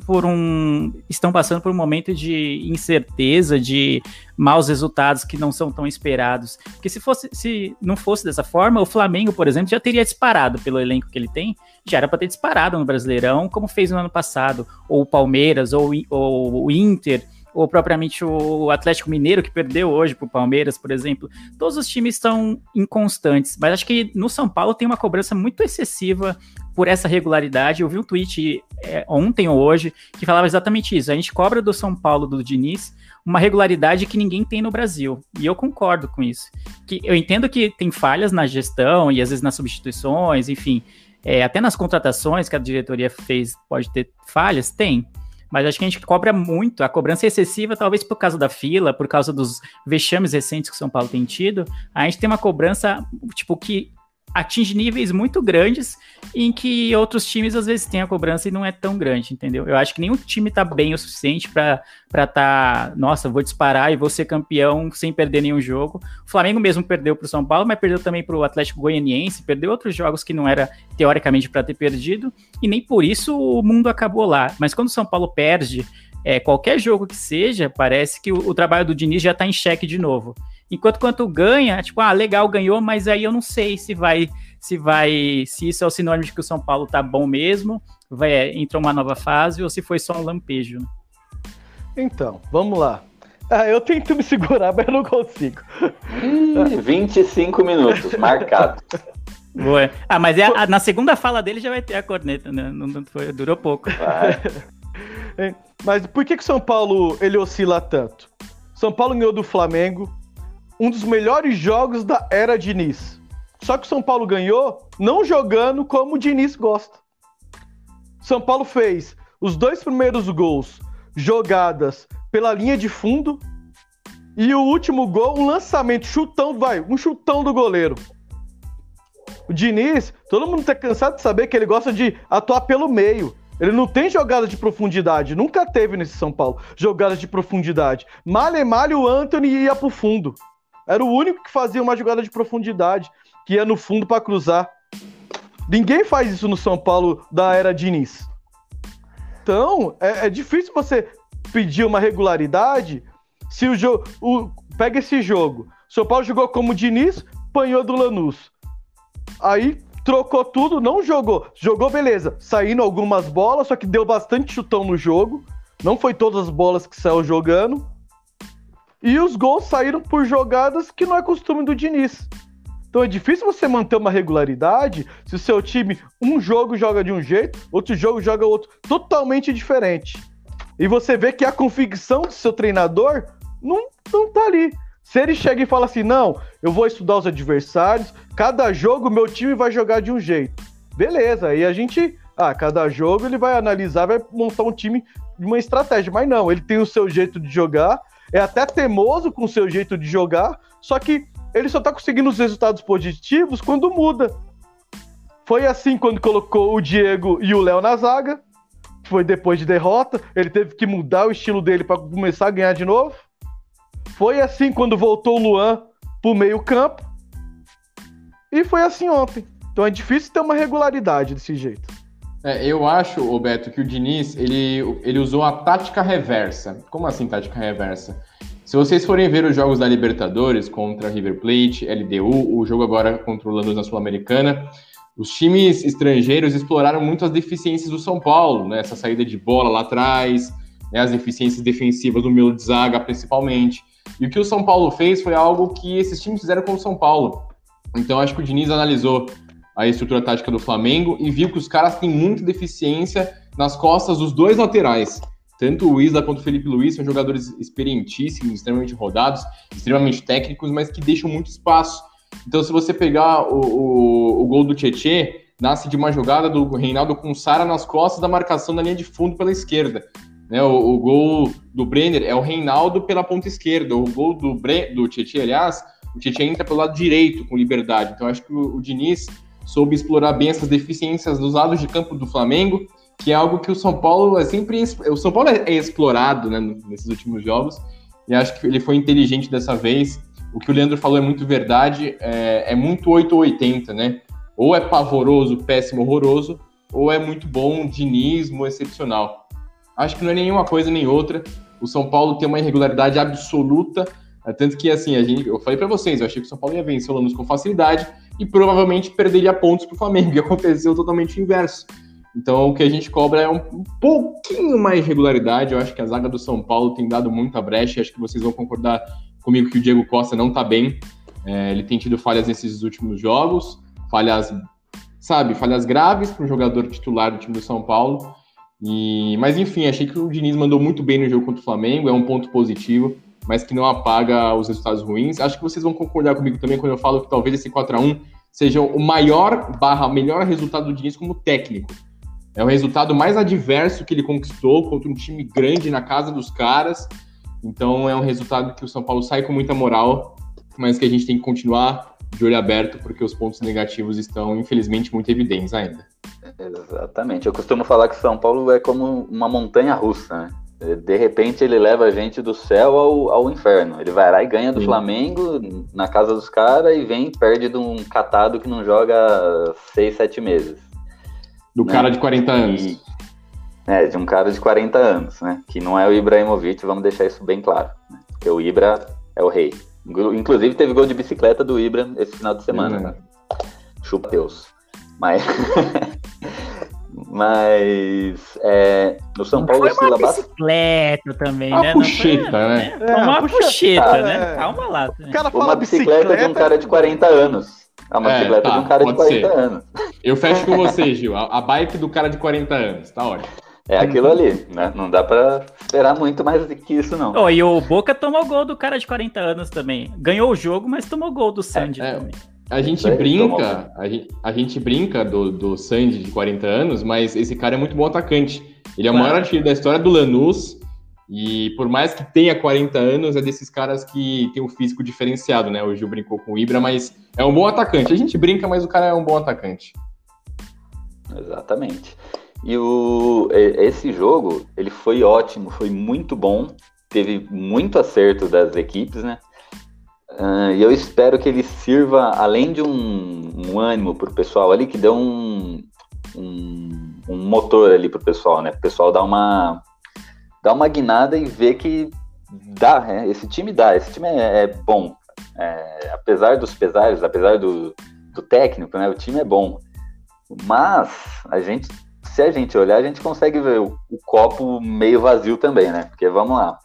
estão passando por um momento de incerteza, de maus resultados que não são tão esperados. Porque se não fosse dessa forma, o Flamengo, por exemplo, já teria disparado pelo elenco que ele tem, já era para ter disparado no Brasileirão, como fez no ano passado, ou o Palmeiras, ou o Inter, ou propriamente o Atlético Mineiro, que perdeu hoje pro Palmeiras, por exemplo. Todos os times estão inconstantes, mas acho que no São Paulo tem uma cobrança muito excessiva por essa regularidade. Eu vi um tweet ontem ou hoje que falava exatamente isso. A gente cobra do São Paulo, do Diniz, uma regularidade que ninguém tem no Brasil. E eu concordo com isso. Que eu entendo que tem falhas na gestão e às vezes nas substituições, enfim, até nas contratações que a diretoria fez pode ter falhas, tem. Mas acho que a gente cobra muito, a cobrança é excessiva, talvez por causa da fila, por causa dos vexames recentes que o São Paulo tem tido. A gente tem uma cobrança, tipo, que atinge níveis muito grandes, em que outros times às vezes têm a cobrança e não é tão grande, entendeu? Eu acho que nenhum time tá bem o suficiente pra nossa, vou disparar e vou ser campeão sem perder nenhum jogo. O Flamengo mesmo perdeu pro São Paulo, mas perdeu também pro Atlético Goianiense, perdeu outros jogos que não era teoricamente para ter perdido, e nem por isso o mundo acabou lá. Mas quando o São Paulo perde, qualquer jogo que seja, parece que o trabalho do Diniz já tá em xeque de novo. Enquanto ganha, tipo, legal, ganhou, mas aí eu não sei se isso é o sinônimo de que o São Paulo tá bom mesmo, entrou uma nova fase, ou se foi só um lampejo.
Então, vamos lá. Eu tento me segurar, mas eu não consigo.
25 minutos, marcado.
Boa. Mas na segunda fala dele já vai ter a corneta, né? Não foi, durou pouco.
Mas por que o São Paulo ele oscila tanto? São Paulo ganhou do Flamengo, um dos melhores jogos da era Diniz. Só que o São Paulo ganhou não jogando como o Diniz gosta. São Paulo fez os 2 primeiros gols jogadas pela linha de fundo e o último gol, um lançamento, um chutão do goleiro. O Diniz, todo mundo tá cansado de saber que ele gosta de atuar pelo meio. Ele não tem jogada de profundidade, nunca teve nesse São Paulo jogada de profundidade. Malha o Antony ia pro fundo. Era o único que fazia uma jogada de profundidade, que ia no fundo para cruzar. Ninguém faz isso no São Paulo da era Diniz. Então, é difícil você pedir uma regularidade se o jogo... Pega esse jogo. O São Paulo jogou como Diniz, apanhou do Lanús. Aí trocou tudo, não jogou. Jogou, beleza, saindo algumas bolas, só que deu bastante chutão no jogo. Não foi todas as bolas que saiu jogando. E os gols saíram por jogadas que não é costume do Diniz. Então é difícil você manter uma regularidade se o seu time, um jogo joga de um jeito, outro jogo joga outro, totalmente diferente. E você vê que a convicção do seu treinador não tá ali. Se ele chega e fala assim, não, eu vou estudar os adversários, cada jogo meu time vai jogar de um jeito. Beleza, aí a gente, cada jogo ele vai analisar, vai montar um time de uma estratégia. Mas não, ele tem o seu jeito de jogar, é até teimoso com o seu jeito de jogar, só que ele só tá conseguindo os resultados positivos quando muda. Foi assim quando colocou o Diego e o Léo na zaga, foi depois de derrota, ele teve que mudar o estilo dele para começar a ganhar de novo. Foi assim quando voltou o Luan pro meio campo. E foi assim ontem. Então é difícil ter uma regularidade desse jeito.
Eu acho, Roberto, que o Diniz, ele usou a tática reversa. Como assim tática reversa? Se vocês forem ver os jogos da Libertadores contra River Plate, LDU, o jogo agora contra o Lanús na Sul-Americana, os times estrangeiros exploraram muito as deficiências do São Paulo, né? Essa saída de bola lá atrás, né? As deficiências defensivas do meio de zaga, principalmente. E o que o São Paulo fez foi algo que esses times fizeram com o São Paulo. Então, acho que o Diniz analisou a estrutura tática do Flamengo e viu que os caras têm muita deficiência nas costas dos 2 laterais. Tanto o Isla quanto o Felipe Luiz são jogadores experientíssimos, extremamente rodados, extremamente técnicos, mas que deixam muito espaço. Então, se você pegar o gol do Tietê, nasce de uma jogada do Reinaldo com o Sara nas costas da marcação da linha de fundo pela esquerda. Né, o gol do Brenner é o Reinaldo pela ponta esquerda. O gol do Tietê, aliás, o Tietê entra pelo lado direito, com liberdade. Então, acho que o Diniz soube explorar bem essas deficiências dos lados de campo do Flamengo, que é algo que o São Paulo o São Paulo é explorado, né, nesses últimos jogos, e acho que ele foi inteligente dessa vez. O que o Leandro falou é muito verdade, é muito 8 ou 80, né? Ou é pavoroso, péssimo, horroroso, ou é muito bom, dinismo, excepcional. Acho que não é nenhuma coisa nem outra. O São Paulo tem uma irregularidade absoluta, tanto que, assim, eu falei pra vocês, eu achei que o São Paulo ia vencer o Lanús com facilidade e provavelmente perderia pontos pro Flamengo, e aconteceu totalmente o inverso. Então, o que a gente cobra é um pouquinho mais de regularidade. Eu acho que a zaga do São Paulo tem dado muita brecha. Acho que vocês vão concordar comigo que o Diego Costa não tá bem. Ele tem tido falhas nesses últimos jogos. Falhas graves para um jogador titular do time do São Paulo. Mas, enfim, achei que o Diniz mandou muito bem no jogo contra o Flamengo. É um ponto positivo, mas que não apaga os resultados ruins. Acho que vocês vão concordar comigo também quando eu falo que talvez esse 4-1 seja o melhor resultado do Diniz como técnico. É o resultado mais adverso que ele conquistou contra um time grande na casa dos caras. Então é um resultado que o São Paulo sai com muita moral, mas que a gente tem que continuar de olho aberto, porque os pontos negativos estão, infelizmente, muito evidentes ainda.
Exatamente. Eu costumo falar que o São Paulo é como uma montanha russa, né? De repente ele leva a gente do céu ao inferno. Ele vai lá e ganha do Flamengo na casa dos caras e perde de um catado que não joga 6, 7 meses.
Do cara de 40 anos.
De um cara de 40 anos, né? Que não é o Ibrahimovic, vamos deixar isso bem claro. Né? Porque o Ibra é o rei. Inclusive teve gol de bicicleta do Ibra esse final de semana. Né? Chupa Deus. Mas no São Paulo
foi uma bicicleta também, né?
Uma puxeta, né?
Uma puxeta, né? Calma lá.
O cara fala uma bicicleta de um cara de 40 anos. É uma bicicleta de um cara de 40 anos.
Eu fecho com você, Gil. A bike do cara de 40 anos, tá ótimo.
É aquilo ali, né? Não dá pra esperar muito mais do que isso, não.
Oh, e o Boca tomou gol do cara de 40 anos também. Ganhou o jogo, mas tomou gol do Sandy também.
A gente brinca do Sandy de 40 anos, mas esse cara é muito bom atacante. Ele é o maior artilheiro da história do Lanús, e por mais que tenha 40 anos, é desses caras que tem um físico diferenciado, né? O Gil brincou com o Ibra, mas é um bom atacante. A gente brinca, mas o cara é um bom atacante.
Exatamente. E esse jogo, ele foi ótimo, foi muito bom, teve muito acerto das equipes, né? E eu espero que ele sirva, além de um ânimo pro pessoal ali, que dê um motor ali pro pessoal, né? O pessoal dá uma guinada e ver que dá, né? Esse time é bom. Apesar dos pesares, apesar do técnico, né? O time é bom. Mas se a gente olhar, a gente consegue ver o copo meio vazio também, né? Porque vamos lá.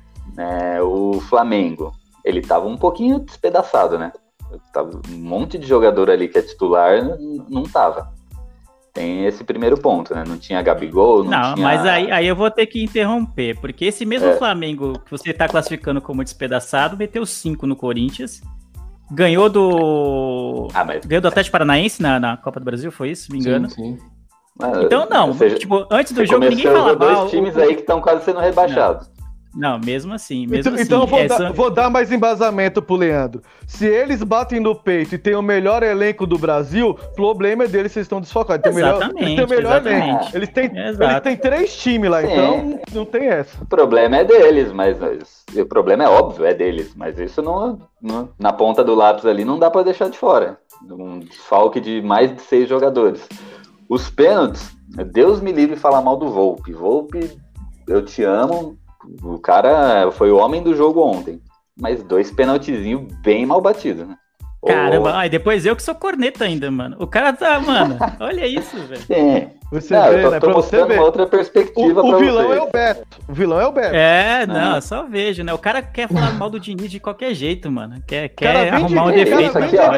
O Flamengo, ele tava um pouquinho despedaçado, né? Tava um monte de jogador ali que é titular, não tava. Tem esse primeiro ponto, né? Não tinha Gabigol, não tinha...
Mas aí eu vou ter que interromper, porque esse mesmo Flamengo que você tá classificando como despedaçado, meteu 5 no Corinthians, ganhou do Atlético Paranaense na Copa do Brasil, foi isso? Se me engano.
Sim.
Então não, antes do jogo ninguém falava...
dois times aí que estão quase sendo rebaixados.
Não, mesmo assim.
Então vou dar mais embasamento pro Leandro. Se eles batem no peito e tem o melhor elenco do Brasil, o problema é deles, vocês estão desfocados. Eles têm o melhor elenco. Eles têm 3 times lá, então não tem essa.
O problema é deles, mas o problema é óbvio, é deles, mas isso não na ponta do lápis ali não dá pra deixar de fora. Um desfalque de mais de 6 jogadores. Os pênaltis, Deus me livre falar mal do Volpi. Volpi, eu te amo. O cara foi o homem do jogo ontem. Mas 2 pênaltizinhos bem mal batidos, né?
Caramba, depois eu que sou corneta ainda, mano. O cara tá, mano, olha isso, velho.
Você vê,
eu tô mostrando uma outra perspectiva pra você.
O vilão é o Beto.
Só vejo, né? O cara quer falar mal do Diniz de qualquer jeito, mano. Quer arrumar um
defeito.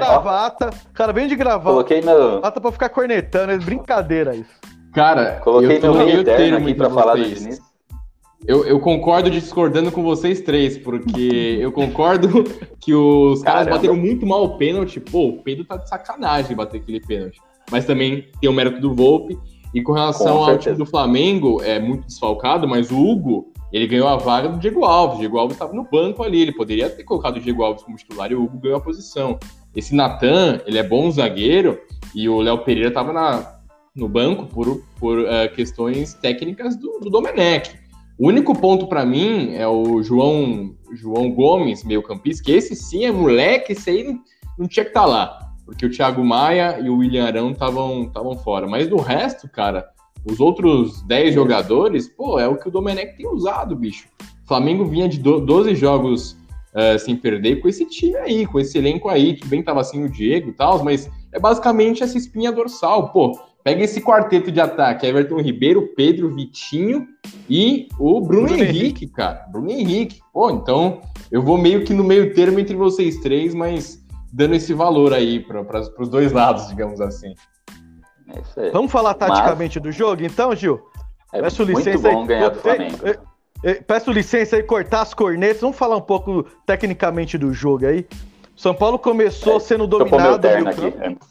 O
cara vem de gravata.
Coloquei
Pra ficar cornetando, é brincadeira isso.
Cara,
coloquei meu meio termo aqui pra falar do Diniz.
Eu concordo discordando com vocês 3, porque eu concordo que os caras bateram muito mal o pênalti. Pô, o Pedro tá de sacanagem bater aquele pênalti. Mas também tem o mérito do Volpi. E com relação ao time do Flamengo, é muito desfalcado, mas o Hugo, ele ganhou a vaga do Diego Alves. O Diego Alves estava no banco ali, ele poderia ter colocado o Diego Alves como titular e o Hugo ganhou a posição. Esse Natan, ele é bom zagueiro e o Léo Pereira estava no banco por questões técnicas do Domenech. O único ponto para mim é o João Gomes, meio campista, que esse sim é moleque, esse aí não tinha que estar lá, porque o Thiago Maia e o William Arão estavam fora. Mas do resto, cara, os outros 10 jogadores, é o que o Domenech tem usado, bicho. O Flamengo vinha de 12 jogos sem perder com esse time aí, com esse elenco aí, que bem tava sem o Diego e tal, mas é basicamente essa espinha dorsal, Pega esse quarteto de ataque, Everton Ribeiro, Pedro, Vitinho e o Bruno Henrique, cara. Bruno Henrique. Então eu vou meio que no meio termo entre vocês 3, mas dando esse valor aí para os 2 lados, digamos assim.
É isso aí.
Vamos falar taticamente do jogo, então, Gil?
Peço licença muito bom ganhar do Flamengo.
Peço licença aí, cortar as cornetas. Vamos falar um pouco tecnicamente do jogo aí. São Paulo começou sendo dominado no meio campo.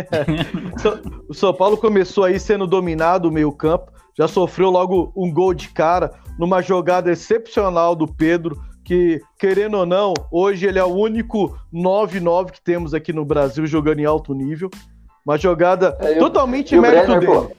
O São Paulo começou aí sendo dominado o meio campo, já sofreu logo um gol de cara numa jogada excepcional do Pedro, que, querendo ou não, hoje ele é o único 9-9 que temos aqui no Brasil jogando em alto nível. Uma jogada totalmente mérito Brenner, dele.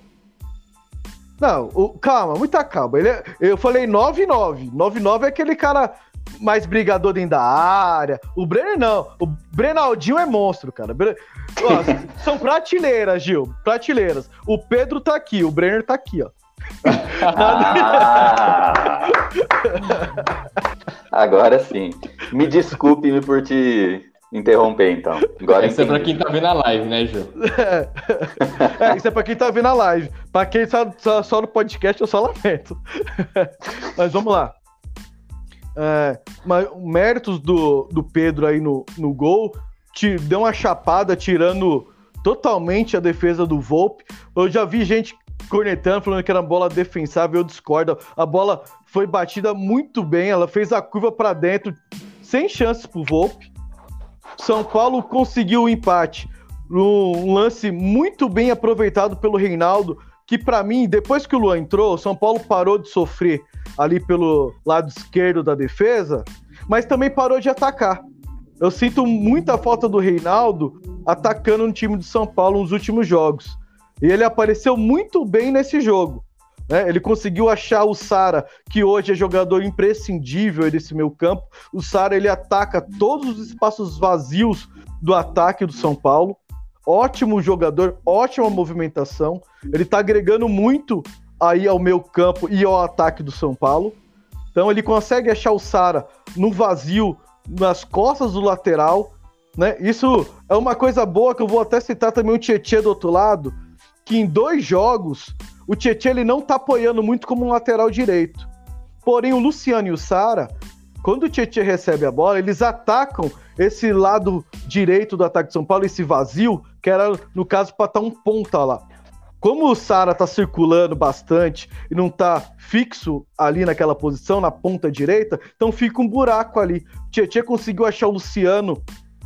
Não, calma, muita calma. Eu falei 9-9. 9-9 é aquele cara mais brigador dentro da área. O Brenner não. O Brenaldinho é monstro, cara. São prateleiras, Gil. Prateleiras. O Pedro tá aqui, o Brenner tá aqui, ó.
Agora sim. Me desculpe por te interromper, então. Agora
isso é pra quem tá vendo a live, né, Gil?
Isso é pra quem tá vendo a live. Pra quem tá só no podcast, eu só lamento. Mas vamos lá. Méritos do Pedro aí no gol, deu uma chapada tirando totalmente a defesa do Volpi. Eu já vi gente cornetando, falando que era uma bola defensável, eu discordo. A bola foi batida muito bem, ela fez a curva para dentro, sem chances pro Volpi. São Paulo conseguiu o empate. Um lance muito bem aproveitado pelo Reinaldo, que para mim, depois que o Luan entrou, o São Paulo parou de sofrer ali pelo lado esquerdo da defesa, mas também parou de atacar. Eu sinto muita falta do Reinaldo atacando no time de São Paulo nos últimos jogos. E ele apareceu muito bem nesse jogo, né? Ele conseguiu achar o Sara, que hoje é jogador imprescindível desse meio campo. O Sara, ele ataca todos os espaços vazios do ataque do São Paulo. Ótimo jogador, ótima movimentação. Ele tá agregando muito aí ao meio campo e ao ataque do São Paulo. Então ele consegue achar o Sara no vazio, nas costas do lateral, né? Isso é uma coisa boa, que eu vou até citar também o Tietê do outro lado, que em 2 jogos o Tietê ele não tá apoiando muito como um lateral direito. Porém o Luciano e o Sara, quando o Tietê recebe a bola, eles atacam esse lado direito do ataque de São Paulo, esse vazio, que era, no caso, para estar um ponta lá. Como o Sara tá circulando bastante e não tá fixo ali naquela posição, na ponta direita, então fica um buraco ali. O Tietê conseguiu achar o Luciano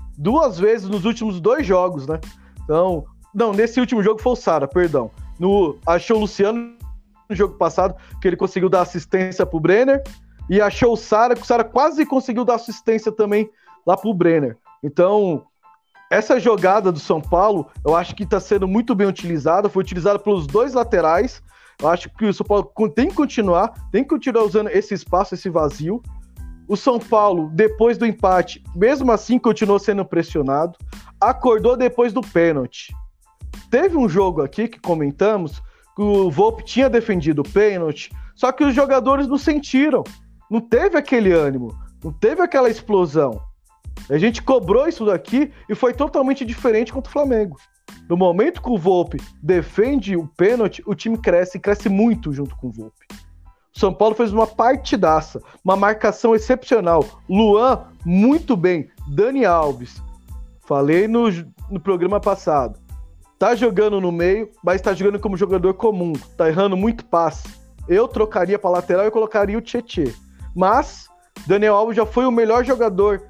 2 vezes nos últimos 2 jogos, né? Então, não, nesse último jogo foi o Sara, perdão. Achou o Luciano no jogo passado, que ele conseguiu dar assistência pro Brenner, e achou o Sara, que o Sara quase conseguiu dar assistência também lá pro Brenner. Então, essa jogada do São Paulo, eu acho que está sendo muito bem utilizada, foi utilizada pelos 2 laterais. Eu acho que o São Paulo tem que continuar usando esse espaço, esse vazio. O São Paulo, depois do empate, mesmo assim continuou sendo pressionado, acordou depois do pênalti. Teve um jogo aqui que comentamos, que o Volpi tinha defendido o pênalti, só que os jogadores não sentiram, não teve aquele ânimo, não teve aquela explosão. A gente cobrou isso daqui e foi totalmente diferente contra o Flamengo. No momento que o Volpi defende o pênalti, o time cresce muito junto com o Volpi. O São Paulo fez uma partidaça, uma marcação excepcional. Luan, muito bem. Dani Alves, falei no programa passado, tá jogando no meio, mas tá jogando como jogador comum, tá errando muito passe. Eu trocaria para lateral e colocaria o Tietê. Mas Daniel Alves já foi o melhor jogador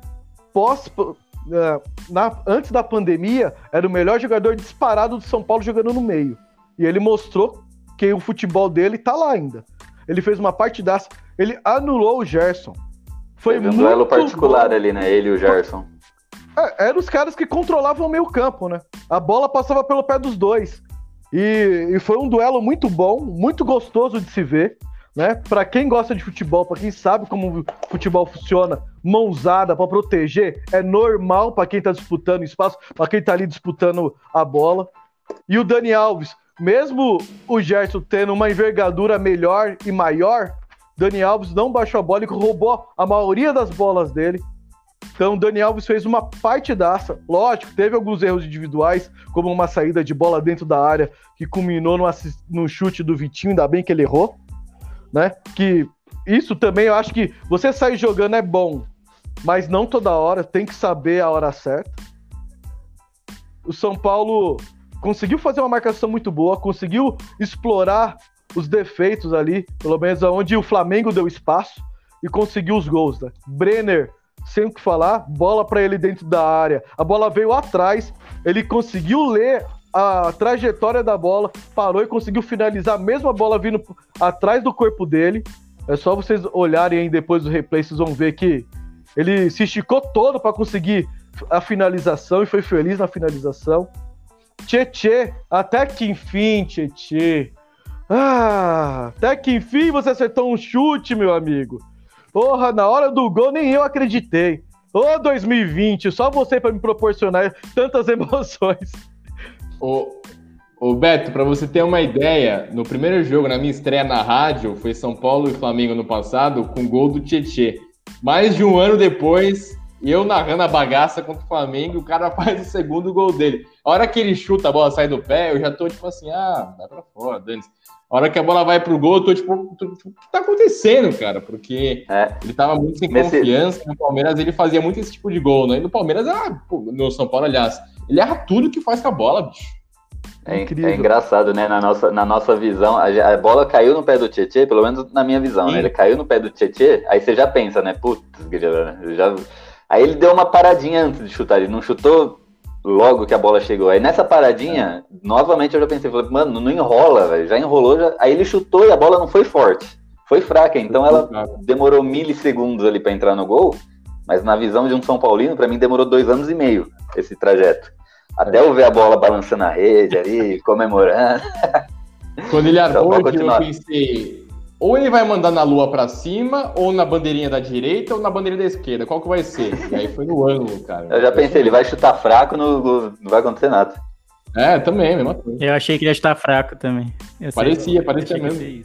antes da pandemia, era o melhor jogador disparado do São Paulo jogando no meio. E ele mostrou que o futebol dele tá lá ainda. Ele fez uma partidaça, ele anulou o Gerson. Foi
um duelo particular ali, né? Ele e o Gerson.
Eram os caras que controlavam o meio campo, né? A bola passava pelo pé dos 2. E foi um duelo muito bom, muito gostoso de se ver, né? Para quem gosta de futebol, para quem sabe como o futebol funciona, mãozada para proteger é normal para quem tá disputando espaço, para quem tá ali disputando a bola. E o Dani Alves, mesmo o Gerson tendo uma envergadura melhor e maior, Dani Alves não baixou a bola e roubou a maioria das bolas dele. Então o Dani Alves fez uma partidaça. Lógico, teve alguns erros individuais, como uma saída de bola dentro da área que culminou no chute do Vitinho, ainda bem que ele errou, né? Que isso também eu acho que você sair jogando é bom, mas não toda hora, tem que saber a hora certa. O São Paulo conseguiu fazer uma marcação muito boa, conseguiu explorar os defeitos ali, pelo menos onde o Flamengo deu espaço, e conseguiu os gols, né? Brenner, sem o que falar, bola para ele dentro da área, a bola veio atrás, ele conseguiu ler a trajetória da bola, parou e conseguiu finalizar, mesmo a bola vindo atrás do corpo dele. É só vocês olharem aí depois do replay, vocês vão ver que ele se esticou todo para conseguir a finalização e foi feliz na finalização. Tietê, até que enfim, Tietê. Até que enfim você acertou um chute, meu amigo. Porra, na hora do gol nem eu acreditei. Ô 2020, só você para me proporcionar tantas emoções.
Ô Beto, para você ter uma ideia, no primeiro jogo, na minha estreia na rádio, foi São Paulo e Flamengo no passado, com gol do Tietê. Mais de um ano depois, eu narrando a bagaça contra o Flamengo, o cara faz o segundo gol dele. A hora que ele chuta, a bola sai do pé, eu já tô tipo assim, vai pra fora, dane-se. A hora que a bola vai pro gol, eu tô tipo, o que tá acontecendo, cara? Porque ele tava muito sem confiança. No Palmeiras ele fazia muito esse tipo de gol, né? E no Palmeiras, no São Paulo, aliás, ele erra tudo que faz com a bola, bicho.
É engraçado, né? Na nossa visão, a bola caiu no pé do Tietê, pelo menos na minha visão, né? Ele caiu no pé do Tietê, aí você já pensa, né? Putz, aí ele deu uma paradinha antes de chutar, ele não chutou logo que a bola chegou. Aí nessa paradinha, novamente eu já pensei, falei, mano, não enrola, velho. Já enrolou, aí ele chutou e a bola não foi forte, foi fraca, então ela demorou milissegundos ali pra entrar no gol, mas na visão de um São Paulino, pra mim demorou 2 anos e meio esse trajeto. Até eu ver a bola balançando a rede ali, comemorando.
Quando ele armou, eu pensei, ou ele vai mandar na lua pra cima, ou na bandeirinha da direita, ou na bandeirinha da esquerda. Qual que vai ser? E aí foi no ângulo, cara.
Eu já pensei, ele vai chutar fraco, não vai acontecer nada.
Também, mesma coisa.
Eu achei que ele ia chutar fraco também.
Parecia mesmo.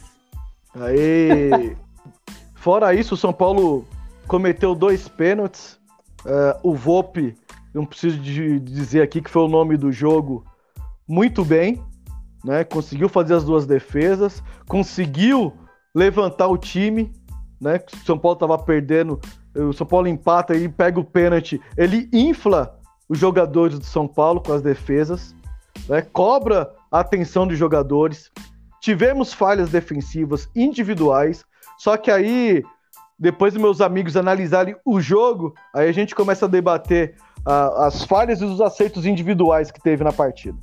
Aí, fora isso, o São Paulo cometeu 2 pênaltis. O Volpi, não preciso de dizer aqui que foi o nome do jogo, muito bem, né? Conseguiu fazer as 2 defesas, conseguiu levantar o time, né? O São Paulo estava perdendo, o São Paulo empata e pega o pênalti, ele infla os jogadores do São Paulo com as defesas, né? Cobra a atenção dos jogadores. Tivemos falhas defensivas individuais, só que aí, depois dos meus amigos analisarem o jogo, aí a gente começa a debater as falhas e os acertos individuais que teve na partida.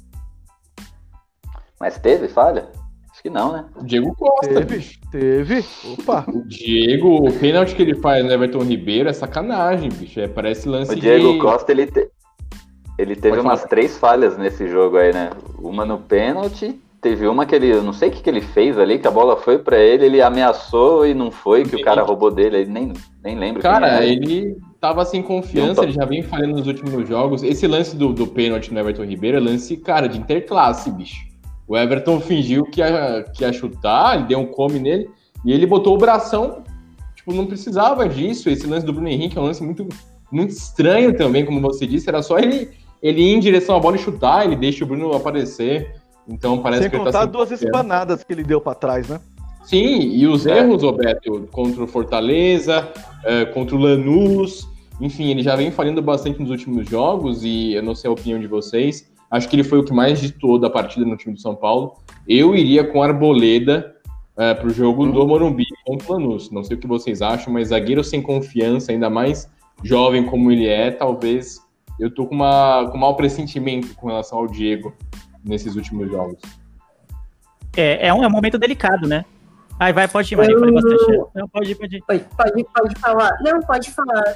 Mas teve falha? Acho que não, né?
O Diego Costa.
Teve. Opa.
O Diego, o pênalti que ele faz no Everton Ribeiro é sacanagem, bicho. Parece lance
de... O Diego Costa, ele teve umas 3 falhas nesse jogo aí, né? Uma no pênalti, teve uma que eu não sei o que ele fez ali, que a bola foi pra ele ameaçou e não foi, que o cara roubou dele, aí nem lembro.
Cara, ele tava sem confiança, ele já vem falhando nos últimos jogos. Esse lance do pênalti no Everton Ribeiro é lance, cara, de interclasse, bicho. O Everton fingiu que ia chutar, ele deu um come nele, e ele botou o bração, tipo, não precisava disso. Esse lance do Bruno Henrique é um lance muito, muito estranho também, como você disse, era só ele ir em direção à bola e chutar, ele deixa o Bruno aparecer, então parece que ele tá...
Sem contar 2 espanadas que ele deu pra trás, né?
Sim, e os erros, Roberto, contra o Fortaleza, contra o Lanús, enfim, ele já vem falhando bastante nos últimos jogos, e eu não sei a opinião de vocês, acho que ele foi o que mais destoou da partida no time do São Paulo. Eu iria com Arboleda pro jogo do Morumbi contra o Lanús. Não sei o que vocês acham, mas zagueiro sem confiança, ainda mais jovem como ele é, talvez eu tô com mau pressentimento com relação ao Diego nesses últimos jogos.
É um momento delicado, né? Pode ir, Maria, falei bastante. Não, pode ir.
Pode falar. Não, pode falar.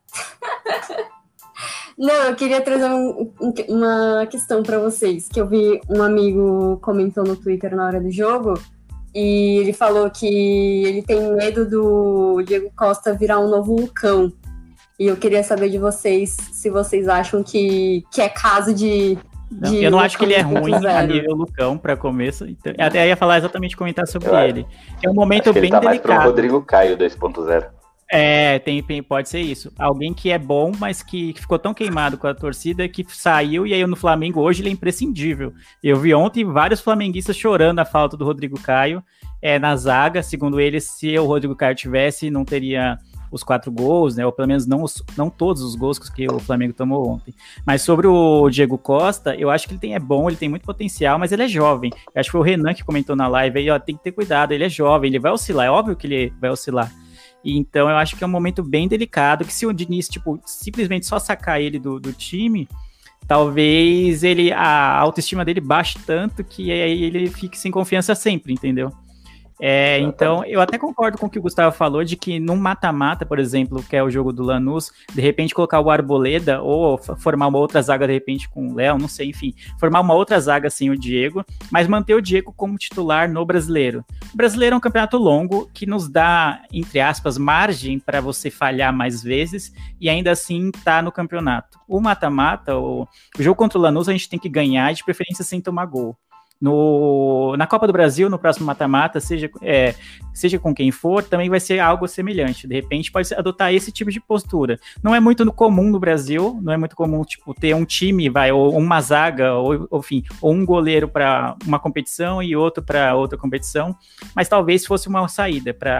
Não, eu queria trazer uma questão para vocês, que eu vi um amigo comentou no Twitter na hora do jogo, e ele falou que ele tem medo do Diego Costa virar um novo Lucão. E eu queria saber de vocês, se vocês acham que é caso de
eu não acho que ele é ruim a nível Lucão, para começo. Então, até ia falar exatamente, comentar sobre ele. É um momento bem delicado. Mais
pro Rodrigo Caio 2.0.
Pode ser isso. Alguém que é bom, mas que ficou tão queimado com a torcida que saiu, e aí no Flamengo hoje ele é imprescindível. Eu vi ontem vários flamenguistas chorando a falta do Rodrigo Caio na zaga. Segundo eles, se o Rodrigo Caio tivesse, não teria os 4 gols, né? Ou pelo menos não todos os gols que o Flamengo tomou ontem. Mas sobre o Diego Costa, eu acho que ele é bom, ele tem muito potencial, mas ele é jovem. Eu acho que foi o Renan que comentou na live aí, tem que ter cuidado, ele é jovem, ele vai oscilar, é óbvio que ele vai oscilar. Então eu acho que é um momento bem delicado, que se o Diniz, simplesmente só sacar ele do time, talvez a autoestima dele baixe tanto que aí ele fique sem confiança sempre, entendeu? Então, eu até concordo com o que o Gustavo falou, de que num mata-mata, por exemplo, que é o jogo do Lanús, de repente colocar o Arboleda, ou formar uma outra zaga, de repente, com o Léo, não sei, enfim, formar uma outra zaga sem o Diego, mas manter o Diego como titular no Brasileiro. O Brasileiro é um campeonato longo, que nos dá, entre aspas, margem para você falhar mais vezes, e ainda assim tá no campeonato. O mata-mata, o jogo contra o Lanús, a gente tem que ganhar, de preferência sem tomar gol. Na Copa do Brasil, no próximo mata-mata, seja com quem for, também vai ser algo semelhante. De repente pode adotar esse tipo de postura. Não é muito comum no Brasil, não é muito comum ter um time, ou uma zaga, ou um goleiro para uma competição e outro para outra competição, mas talvez fosse uma saída para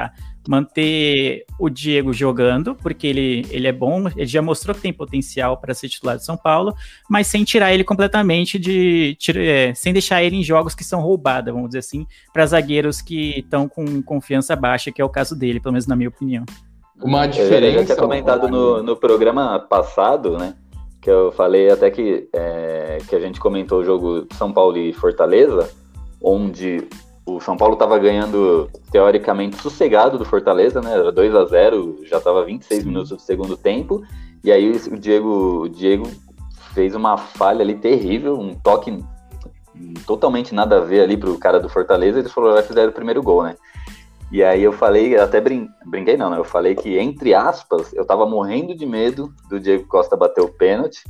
manter o Diego jogando, porque ele é bom, ele já mostrou que tem potencial para ser titular de São Paulo, mas sem tirar ele completamente sem deixar ele em jogos que são roubadas, vamos dizer assim, para zagueiros que estão com confiança baixa, que é o caso dele, pelo menos na minha opinião.
Uma diferença... Eu já tinha comentado no programa passado, né, que eu falei até que a gente comentou o jogo São Paulo e Fortaleza, onde o São Paulo estava ganhando, teoricamente, sossegado do Fortaleza, né? Era 2-0, já estava 26 minutos do segundo tempo, e aí o Diego fez uma falha ali terrível, um toque totalmente nada a ver ali pro cara do Fortaleza, e eles fizeram o primeiro gol, né? E aí eu falei, até brinquei não, né? Eu falei que, entre aspas, eu tava morrendo de medo do Diego Costa bater o pênalti,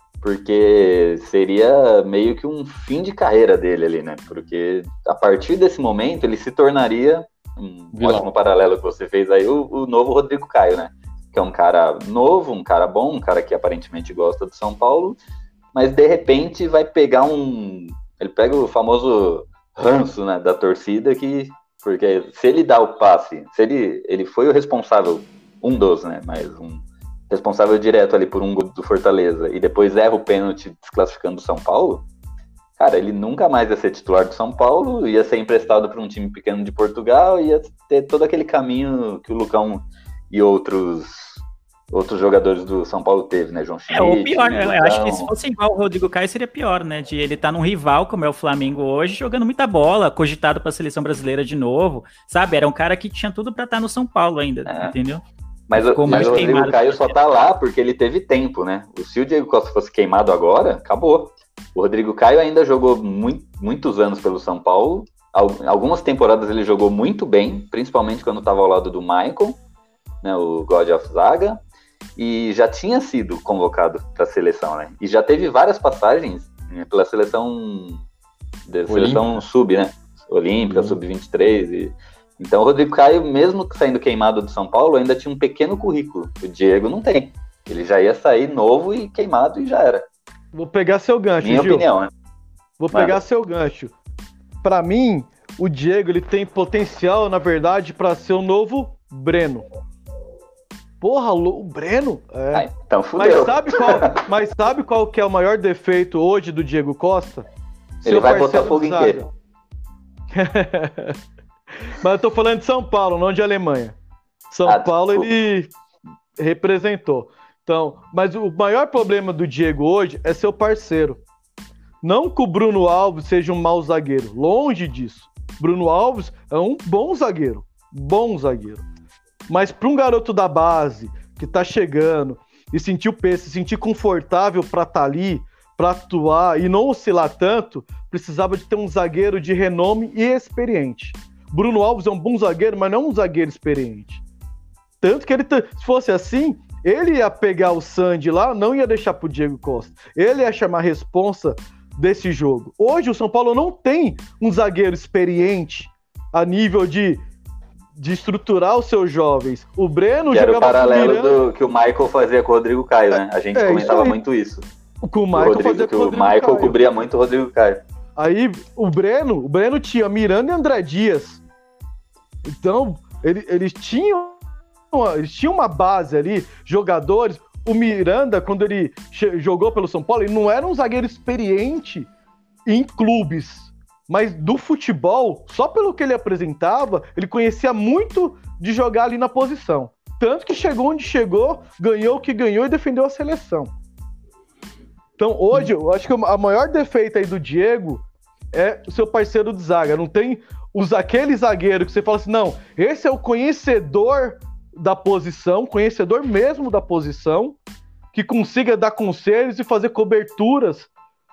porque seria meio que um fim de carreira dele ali, né? Porque a partir desse momento ele se tornaria, ótimo paralelo que você fez aí, o novo Rodrigo Caio, né? Que é um cara novo, um cara bom, um cara que aparentemente gosta do São Paulo, mas de repente vai pegar ele pega o famoso ranço, né, da torcida, porque se ele dá o passe, se ele foi o responsável, né? Mas responsável direto ali por um gol do Fortaleza e depois erra o pênalti desclassificando o São Paulo, cara, ele nunca mais ia ser titular do São Paulo, ia ser emprestado para um time pequeno de Portugal, ia ter todo aquele caminho que o Lucão e outros jogadores do São Paulo teve, né, João Schmidt.
O pior, eu acho que se fosse igual o Rodrigo Caio seria pior, né, de ele estar num rival como é o Flamengo hoje, jogando muita bola, cogitado para a seleção brasileira de novo, sabe, era um cara que tinha tudo para estar no São Paulo ainda, entendeu?
Mas o Rodrigo Caio só tá lá porque ele teve tempo, né? Se o Diego Costa fosse queimado agora, acabou. O Rodrigo Caio ainda jogou muitos anos pelo São Paulo. Algumas temporadas ele jogou muito bem, principalmente quando estava ao lado do Michael, né, o God of Zaga, e já tinha sido convocado para a seleção, né? E já teve várias passagens, né, pela seleção sub, né? Olímpica, sub-23 Então o Rodrigo Caio, mesmo saindo queimado do São Paulo, ainda tinha um pequeno currículo. O Diego não tem. Ele já ia sair novo e queimado e já era.
Vou pegar seu gancho,
Minha
Gil.
opinião, né?
Vou pegar seu gancho. Pra mim, o Diego ele tem potencial, na verdade, pra ser o novo Breno. Porra, o Breno?
Então fudeu.
Mas sabe qual que é o maior defeito hoje do Diego Costa?
Ele vai botar fogo em quê?
Mas eu tô falando de São Paulo, não de Alemanha. São Paulo, ele representou. Então, mas o maior problema do Diego hoje é seu parceiro. Não que o Bruno Alves seja um mau zagueiro. Longe disso. Bruno Alves é um bom zagueiro. Bom zagueiro. Mas para um garoto da base que tá chegando e sentir o peso, se sentir confortável para estar ali, para atuar e não oscilar tanto, precisava de ter um zagueiro de renome e experiente. Bruno Alves é um bom zagueiro, mas não um zagueiro experiente. Tanto que se fosse assim, ele ia pegar o Sandy lá, não ia deixar pro Diego Costa. Ele ia chamar a responsa desse jogo. Hoje o São Paulo não tem um zagueiro experiente a nível de estruturar os seus jovens. O Breno
que era o paralelo que o Michael fazia com o Rodrigo Caio, né? A gente comentava muito isso.
O
Michael cobria muito o Rodrigo Caio.
Aí o Breno tinha Miranda e André Dias. Então, eles tinham uma base ali, jogadores. O Miranda, quando ele jogou pelo São Paulo, ele não era um zagueiro experiente em clubes, mas do futebol, só pelo que ele apresentava, ele conhecia muito de jogar ali na posição. Tanto que chegou onde chegou, ganhou o que ganhou e defendeu a seleção. Então, hoje, eu acho que a maior defeito aí do Diego é o seu parceiro de zaga. Não tem aquele zagueiro que você fala assim, não, esse é o conhecedor da posição, conhecedor mesmo da posição, que consiga dar conselhos e fazer coberturas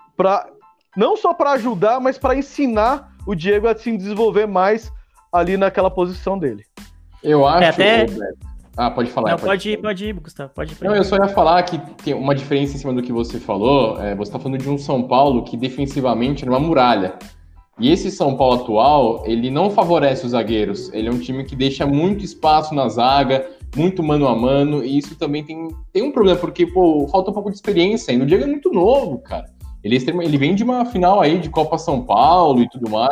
não só para ajudar, mas para ensinar o Diego a se desenvolver mais ali naquela posição dele.
Eu acho... pode falar.
Não, pode ir, Gustavo. Pode ir.
Não, eu só ia falar que tem uma diferença em cima do que você falou. Você está falando de um São Paulo que defensivamente era uma muralha. E esse São Paulo atual, ele não favorece os zagueiros. Ele é um time que deixa muito espaço na zaga, muito mano a mano. E isso também tem um problema, porque falta um pouco de experiência ainda. O Diego é muito novo, cara. Ele vem de uma final aí de Copa São Paulo e tudo mais.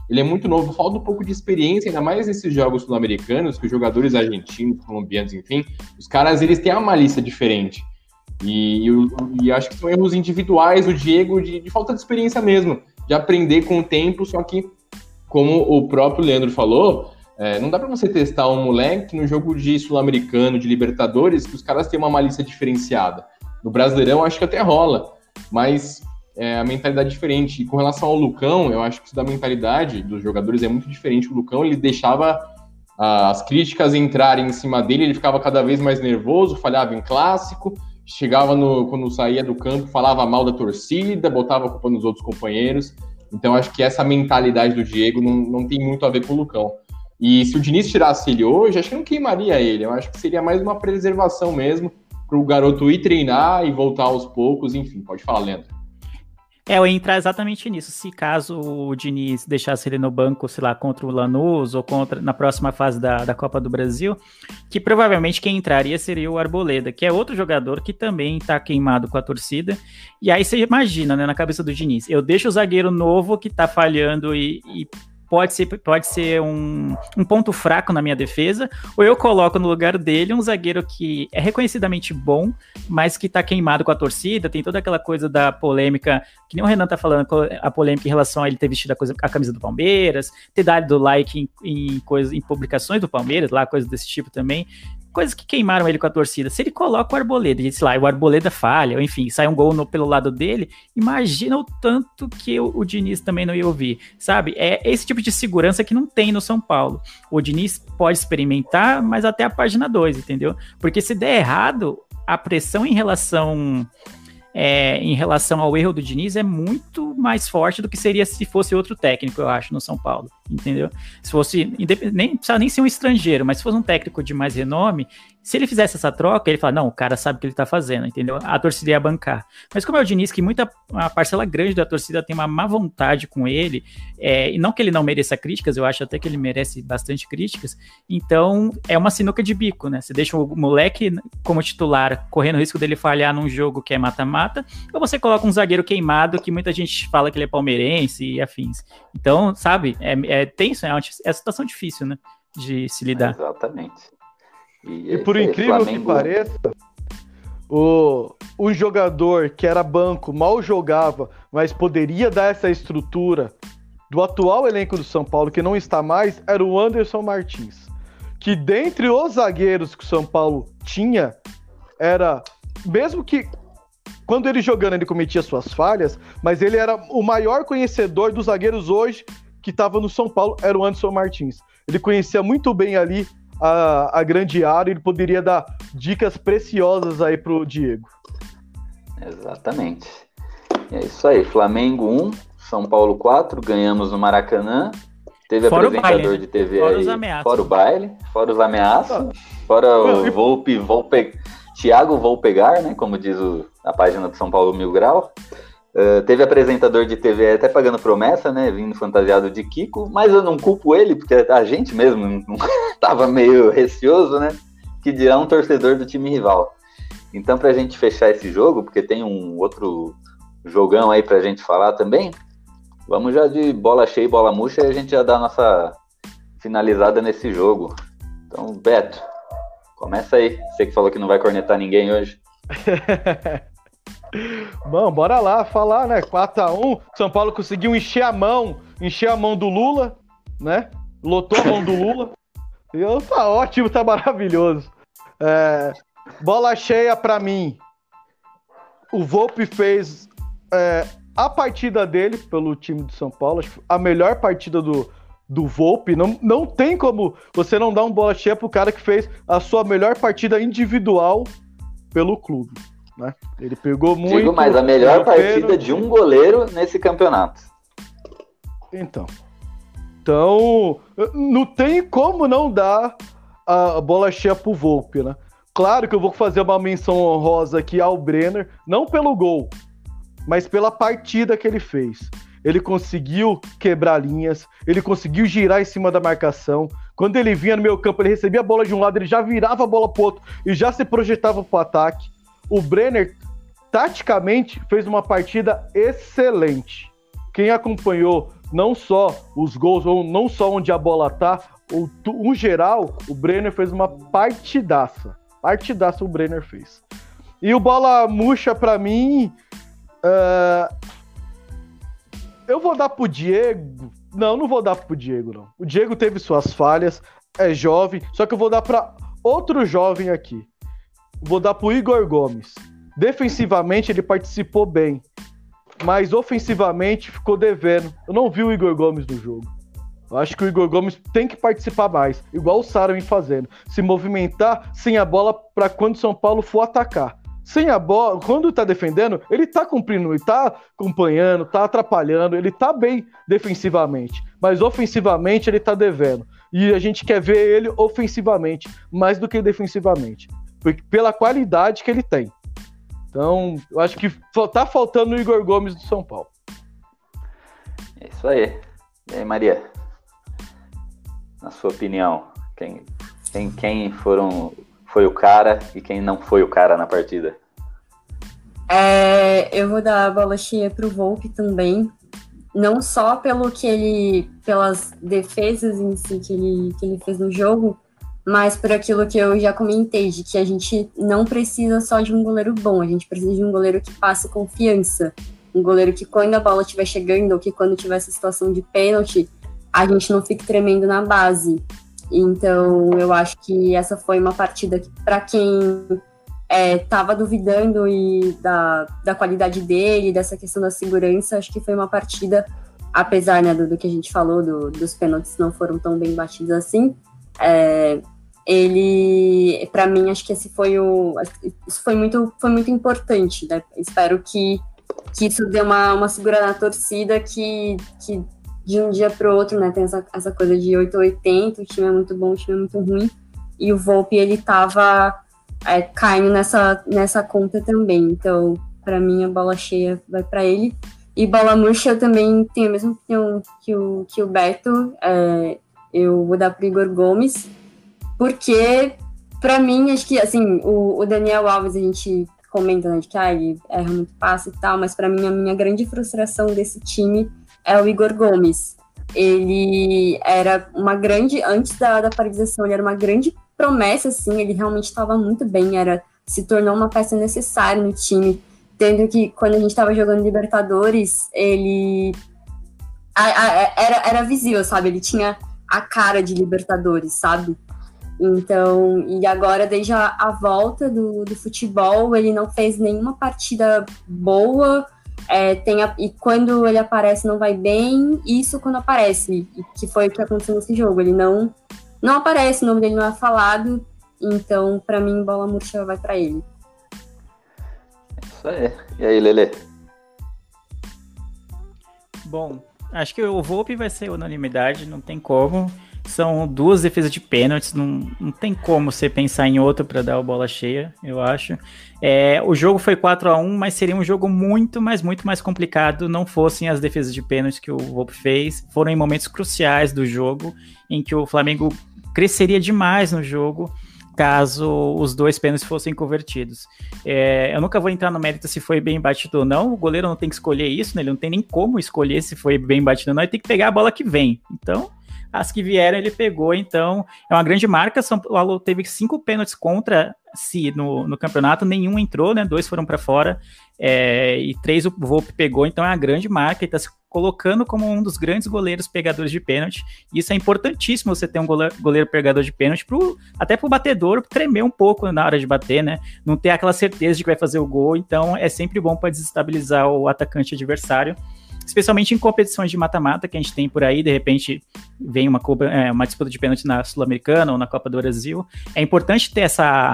ele é muito novo, falta um pouco de experiência, ainda mais nesses jogos sul-americanos, que os jogadores argentinos, colombianos, enfim, os caras, eles têm uma malícia diferente. E acho que são erros individuais do Diego de falta de experiência mesmo, de aprender com o tempo, só que, como o próprio Leandro falou, não dá pra você testar um moleque no jogo de sul-americano, de Libertadores, que os caras têm uma malícia diferenciada. No Brasileirão, acho que até rola, mas a mentalidade é diferente. E com relação ao Lucão, eu acho que isso da mentalidade dos jogadores é muito diferente. O Lucão, ele deixava as críticas entrarem em cima dele, ele ficava cada vez mais nervoso, falhava em clássico, chegava quando saía do campo, falava mal da torcida, botava a culpa nos outros companheiros. Então, acho que essa mentalidade do Diego não tem muito a ver com o Lucão. E se o Diniz tirasse ele hoje, acho que não queimaria ele. Eu acho que seria mais uma preservação mesmo, para o garoto ir treinar e voltar aos poucos. Enfim, pode falar, Leandro.
Eu ia entrar exatamente nisso. Se caso o Diniz deixasse ele no banco, sei lá, contra o Lanús ou na próxima fase da Copa do Brasil, que provavelmente quem entraria seria o Arboleda, que é outro jogador que também tá queimado com a torcida. E aí você imagina, né, na cabeça do Diniz, eu deixo o zagueiro novo que tá falhando e pode ser um ponto fraco na minha defesa, ou eu coloco no lugar dele um zagueiro que é reconhecidamente bom, mas que tá queimado com a torcida, tem toda aquela coisa da polêmica, que nem o Renan tá falando, a polêmica em relação a ele ter vestido a camisa do Palmeiras, ter dado like em publicações do Palmeiras, lá, coisas desse tipo também, coisas que queimaram ele com a torcida. Se ele coloca o Arboleda, e sei lá, o Arboleda falha, ou enfim, sai um gol pelo lado dele, imagina o tanto que o Diniz também não ia ouvir, sabe? É esse tipo de segurança que não tem no São Paulo. O Diniz pode experimentar, mas até a página 2, entendeu? Porque se der errado, a pressão em relação ao erro do Diniz é muito mais forte do que seria se fosse outro técnico, eu acho, no São Paulo, entendeu? Se fosse, nem precisa nem ser um estrangeiro, mas se fosse um técnico de mais renome, se ele fizesse essa troca, ele fala, não, o cara sabe o que ele tá fazendo, entendeu? A torcida ia bancar. Mas como é o Diniz, que uma parcela grande da torcida tem uma má vontade com ele, e não que ele não mereça críticas, eu acho até que ele merece bastante críticas, então é uma sinuca de bico, né? Você deixa o moleque como titular, correndo o risco dele falhar num jogo que é mata-mata, ou você coloca um zagueiro queimado, que muita gente fala que ele é palmeirense e afins. Então, sabe, é tenso, é uma situação difícil, né, de se lidar.
Exatamente.
E por incrível que pareça, o jogador que era banco mal jogava, mas poderia dar essa estrutura do atual elenco do São Paulo, que não está mais, era o Anderson Martins. Que dentre os zagueiros que o São Paulo tinha, era, mesmo que quando ele jogando ele cometia suas falhas, mas ele era o maior conhecedor dos zagueiros hoje que estava no São Paulo, era o Anderson Martins. Ele conhecia muito bem ali a grande área, ele poderia dar dicas preciosas aí pro Diego.
Exatamente. É isso aí, Flamengo 1, São Paulo 4, ganhamos no Maracanã, teve fora apresentador baile, de TV fora aí, fora o baile, fora os ameaças, fora o Thiago Volpegar, né, como diz a página do São Paulo Mil Grau. Teve apresentador de TV até pagando promessa, né, vindo fantasiado de Kiko, mas eu não culpo ele, porque a gente mesmo tava meio receoso, né, que dirá um torcedor do time rival. Então, pra gente fechar esse jogo, porque tem um outro jogão aí pra gente falar também, vamos já de bola cheia e bola murcha e a gente já dá a nossa finalizada nesse jogo. Então, Beto, começa aí, você que falou que não vai cornetar ninguém hoje.
Bom, bora lá falar, né? 4-1, São Paulo conseguiu encher a mão do Lula, né? Lotou a mão do Lula. E tá ótimo, tá maravilhoso. Bola cheia pra mim. O Volpe fez a partida dele pelo time de São Paulo, a melhor partida do Volpe. Não tem como você não dar uma bola cheia pro cara que fez a sua melhor partida individual pelo clube. Né? Ele pegou muito.
Digo, mas a melhor partida de um goleiro nesse campeonato.
Então, não tem como não dar a bola cheia pro Volpe, né? Claro que eu vou fazer uma menção honrosa aqui ao Brenner, não pelo gol, mas pela partida que ele fez. Ele conseguiu quebrar linhas, ele conseguiu girar em cima da marcação. Quando ele vinha no meio campo, ele recebia a bola de um lado, ele já virava a bola pro outro e já se projetava pro ataque. O Brenner, taticamente, fez uma partida excelente. Quem acompanhou não só os gols, ou não só onde a bola tá, no geral, o Brenner fez uma partidaça. Partidaça o Brenner fez. E o bola murcha, pra mim, eu vou dar pro Diego. Não vou dar pro Diego, não. O Diego teve suas falhas, é jovem, só que eu vou dar pra outro jovem aqui. Vou dar pro Igor Gomes. Defensivamente ele participou bem, mas ofensivamente ficou devendo. Eu não vi o Igor Gomes no jogo. Eu acho que o Igor Gomes tem que participar mais, igual o Sara vem fazendo. Se movimentar sem a bola para quando o São Paulo for atacar. Sem a bola, quando tá defendendo, ele tá cumprindo, ele tá acompanhando, tá atrapalhando, ele tá bem defensivamente, mas ofensivamente ele tá devendo. E a gente quer ver ele ofensivamente, mais do que defensivamente, pela qualidade que ele tem. Então, eu acho que tá faltando o Igor Gomes do São Paulo.
É isso aí. E aí, Maria? Na sua opinião, quem foi o cara e quem não foi o cara na partida?
Eu vou dar a bola cheia pro Volpi também, não só pelas defesas em si que ele fez no jogo, mas por aquilo que eu já comentei, de que a gente não precisa só de um goleiro bom, a gente precisa de um goleiro que passe confiança, um goleiro que quando a bola estiver chegando, ou que quando tiver essa situação de pênalti, a gente não fique tremendo na base. Então, eu acho que essa foi uma partida que, para quem estava duvidando da qualidade dele, dessa questão da segurança, acho que foi uma partida, apesar, né, do que a gente falou, dos pênaltis não foram tão bem batidos assim, ele, para mim, acho que isso foi muito importante, né? Espero que isso dê uma segurada na torcida, que de um dia para o outro, né, tem essa coisa de 8-80, o time é muito bom, o time é muito ruim, e o Volpi, ele tava caindo nessa conta também. Então, para mim, a bola cheia vai para ele. E bola murcha, eu também tenho a mesma opinião que o Beto. Eu vou dar pro Igor Gomes, porque, para mim, acho que, assim, o Daniel Alves, a gente comenta, né, de que ele erra muito passe e tal, mas para mim, a minha grande frustração desse time é o Igor Gomes. Ele era antes da paralisação, ele era uma grande promessa, assim, ele realmente estava muito bem, se tornou uma peça necessária no time, tendo que, quando a gente estava jogando Libertadores, ele era visível, sabe? Ele tinha a cara de Libertadores, sabe? Então, e agora, desde a volta do futebol, ele não fez nenhuma partida boa, e quando ele aparece não vai bem, isso quando aparece, que foi o que aconteceu nesse jogo, ele não aparece, o nome dele não é falado, então pra mim bola murcha vai pra ele.
Isso aí. E aí, Lelê?
Bom, acho que o Volpi vai ser unanimidade, não tem como. São 2 defesas de pênaltis, não tem como você pensar em outro para dar a bola cheia, eu acho. O jogo foi 4-1, mas seria um jogo muito mais complicado não fossem as defesas de pênaltis que o Volpi fez. Foram em momentos cruciais do jogo, em que o Flamengo cresceria demais no jogo, caso os 2 pênaltis fossem convertidos. Eu nunca vou entrar no mérito se foi bem batido ou não, o goleiro não tem que escolher isso, né? Ele não tem nem como escolher se foi bem batido ou não, ele tem que pegar a bola que vem. Então, as que vieram ele pegou, então é uma grande marca. São Paulo teve 5 pênaltis contra si no campeonato, nenhum entrou, né? 2 foram para fora, e 3 o Volpi pegou, então é uma grande marca, ele está se colocando como um dos grandes goleiros pegadores de pênalti. Isso é importantíssimo, você ter um goleiro pegador de pênalti, até pro batedor tremer um pouco na hora de bater, né? Não ter aquela certeza de que vai fazer o gol, então é sempre bom para desestabilizar o atacante adversário, especialmente em competições de mata-mata que a gente tem por aí. De repente vem uma disputa de pênalti na Sul-Americana ou na Copa do Brasil. É importante ter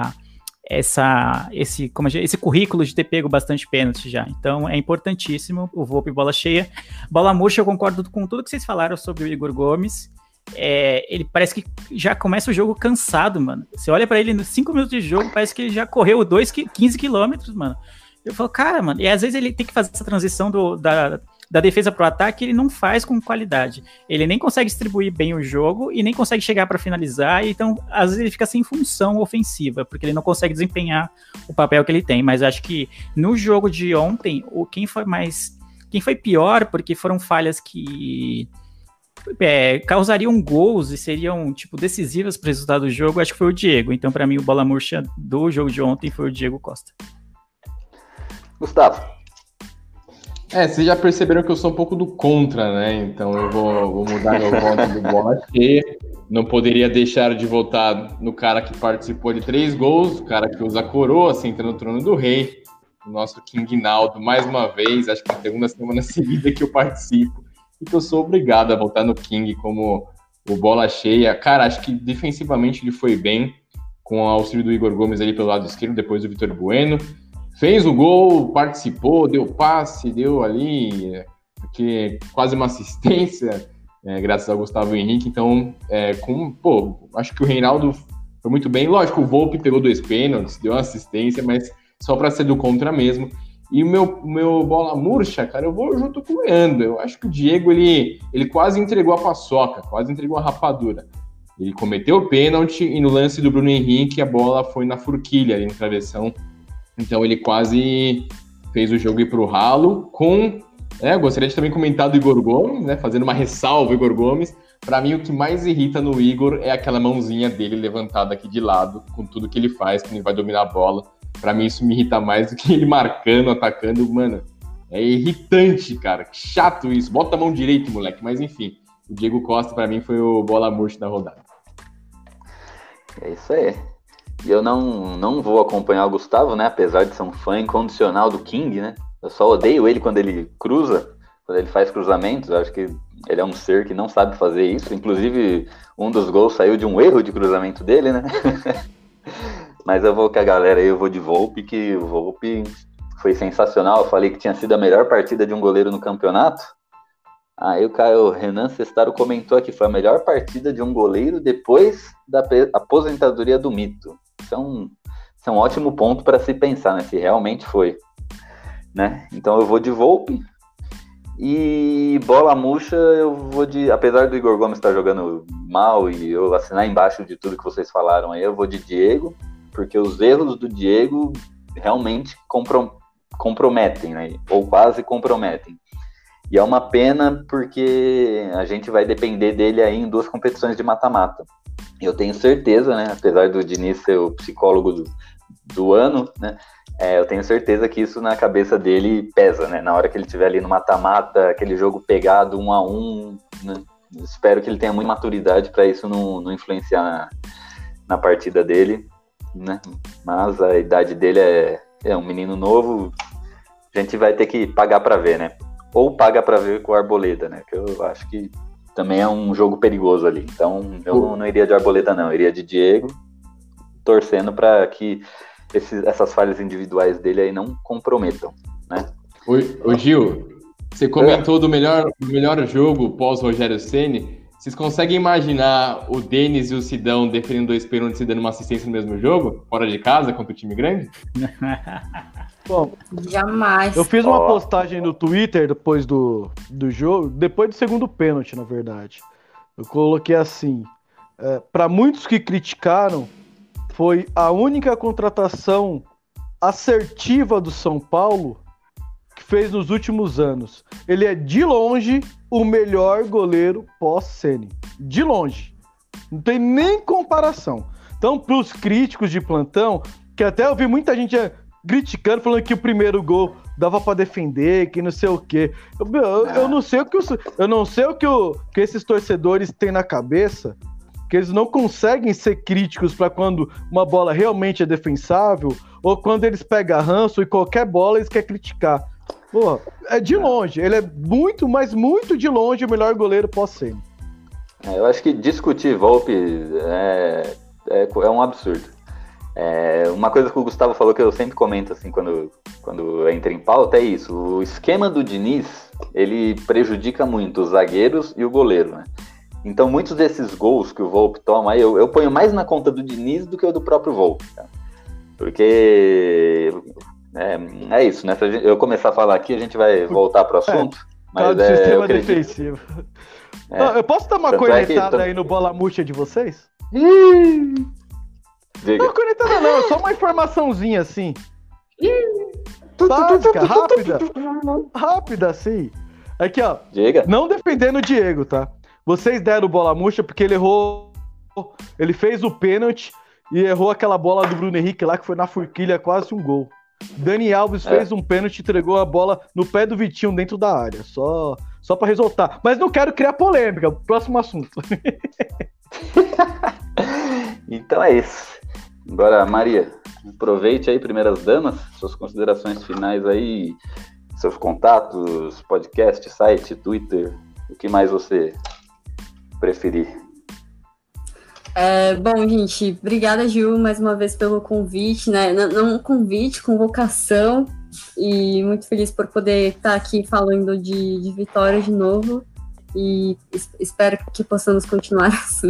esse currículo de ter pego bastante pênalti já. Então é importantíssimo o Volpi bola cheia. Bola murcha, eu concordo com tudo que vocês falaram sobre o Igor Gomes. Ele parece que já começa o jogo cansado, mano. Você olha pra ele nos 5 minutos de jogo, parece que ele já correu 15 quilômetros, mano. Eu falo, cara, mano, e às vezes ele tem que fazer essa transição da defesa pro ataque, ele não faz com qualidade. Ele nem consegue distribuir bem o jogo e nem consegue chegar para finalizar, então às vezes ele fica sem função ofensiva, porque ele não consegue desempenhar o papel que ele tem. Mas acho que no jogo de ontem, quem foi mais Quem foi pior, porque foram falhas que causariam gols e seriam, tipo, decisivas para o resultado do jogo, acho que foi o Diego. Então, para mim, o bola murcha do jogo de ontem foi o Diego Costa.
Gustavo.
Vocês já perceberam que eu sou um pouco do contra, né? Então eu vou mudar meu voto do bola cheia. Não poderia deixar de votar no cara que participou de 3 gols, o cara que usa a coroa, senta no trono do rei, o nosso King Naldo, mais uma vez, acho que na segunda semana seguida que eu participo, e que eu sou obrigado a votar no King como o bola cheia. Cara, acho que defensivamente ele foi bem, com o auxílio do Igor Gomes ali pelo lado esquerdo, depois do Vitor Bueno. Fez o gol, participou, deu passe, deu ali quase uma assistência, graças ao Gustavo Henrique. Então, acho que o Reinaldo foi muito bem. Lógico, o Volpi pegou 2 pênaltis, deu uma assistência, mas só para ser do contra mesmo. E o meu bola murcha, cara, eu vou junto com o Leandro. Eu acho que o Diego, ele quase entregou a paçoca, quase entregou a rapadura. Ele cometeu o pênalti e no lance do Bruno Henrique a bola foi na forquilha, ali no travessão. Então ele quase fez o jogo ir pro ralo gostaria de também comentar do Igor Gomes, né, fazendo uma ressalva, Igor Gomes. Para mim, o que mais irrita no Igor é aquela mãozinha dele levantada aqui de lado, com tudo que ele faz, quando ele vai dominar a bola. Para mim, isso me irrita mais do que ele marcando, atacando. Mano, é irritante, cara. Que chato isso. Bota a mão direita, moleque. Mas enfim, o Diego Costa, para mim, foi o bola murcha da rodada.
É isso aí. E eu não vou acompanhar o Gustavo, né? Apesar de ser um fã incondicional do King, né? Eu só odeio ele quando ele cruza, quando ele faz cruzamentos. Eu acho que ele é um ser que não sabe fazer isso. Inclusive, um dos gols saiu de um erro de cruzamento dele, né? Mas eu vou com a galera aí, eu vou de Volpi, que o Volpi foi sensacional. Eu falei que tinha sido a melhor partida de um goleiro no campeonato. Aí o Renan Sestaro comentou aqui, foi a melhor partida de um goleiro depois da aposentadoria do Mito. Isso é um ótimo ponto para se pensar, né? Se realmente foi, né? Então eu vou de Volpi. E bola murcha, eu vou de... Apesar do Igor Gomes estar jogando mal e eu assinar embaixo de tudo que vocês falaram aí, eu vou de Diego, porque os erros do Diego realmente comprometem, né? Ou quase comprometem. E é uma pena porque a gente vai depender dele aí em 2 competições de mata-mata. Eu tenho certeza, né, apesar do Diniz ser o psicólogo do ano, né, eu tenho certeza que isso na cabeça dele pesa, né, na hora que ele estiver ali no mata-mata, aquele jogo pegado 1-1, né, espero que ele tenha muita maturidade para isso não influenciar na partida dele, né, mas a idade dele é um menino novo, a gente vai ter que pagar para ver, né. Ou paga para ver com o Arboleda, né? Que eu acho que também é um jogo perigoso ali. Então, eu não iria de Arboleda, não. Eu iria de Diego, torcendo para que essas falhas individuais dele aí não comprometam, né?
Ô Gil, você comentou do melhor jogo pós-Rogério Ceni. Vocês conseguem imaginar o Denis e o Sidão defendendo 2 pênaltis e dando uma assistência no mesmo jogo? Fora de casa, contra o time grande?
Bom,
jamais.
Eu fiz uma postagem no Twitter depois do jogo, depois do segundo pênalti, na verdade. Eu coloquei assim, para muitos que criticaram, foi a única contratação assertiva do São Paulo que fez nos últimos anos. Ele é, de longe, o melhor goleiro pós-Ceni. De longe. Não tem nem comparação. Então, para os críticos de plantão, que até eu vi muita gente criticando, falando que o primeiro gol dava para defender, que não sei o quê. Eu não sei o que esses torcedores têm na cabeça, que eles não conseguem ser críticos para quando uma bola realmente é defensável, ou quando eles pegam ranço e qualquer bola eles querem criticar. Pô, é de longe, ele é muito, mas muito de longe o melhor goleiro pós-Ceni.
Eu acho que discutir Volpi é um absurdo. Uma coisa que o Gustavo falou que eu sempre comento assim quando entra em pauta é isso. O esquema do Diniz, ele prejudica muito os zagueiros e o goleiro, né? Então muitos desses gols que o Volpi toma, eu ponho mais na conta do Diniz do que o do próprio Volpi, tá? Porque é isso, né? Se eu começar a falar aqui, a gente vai voltar pro assunto. Mas
do sistema defensivo. Eu posso dar uma cornetada aí no bola murcha de vocês? Não, cornetada não, é só uma informaçãozinha assim. básica, rápida, assim. Aqui, ó.
Diga.
Não defendendo o Diego, tá? Vocês deram bola murcha porque ele errou. Ele fez o pênalti e errou aquela bola do Bruno Henrique lá que foi na forquilha, quase um gol. Dani Alves fez um pênalti e entregou a bola no pé do Vitinho dentro da área. Só pra resultar. Mas não quero criar polêmica. Próximo assunto.
Então é isso. Agora, Maria, aproveite aí, primeiras damas, suas considerações finais aí, seus contatos, podcast, site, Twitter, o que mais você preferir.
Bom, gente, obrigada, Gil, mais uma vez pelo convite, né? Não convite, convocação, e muito feliz por poder estar aqui falando de Vitória de novo, e espero que possamos continuar assim.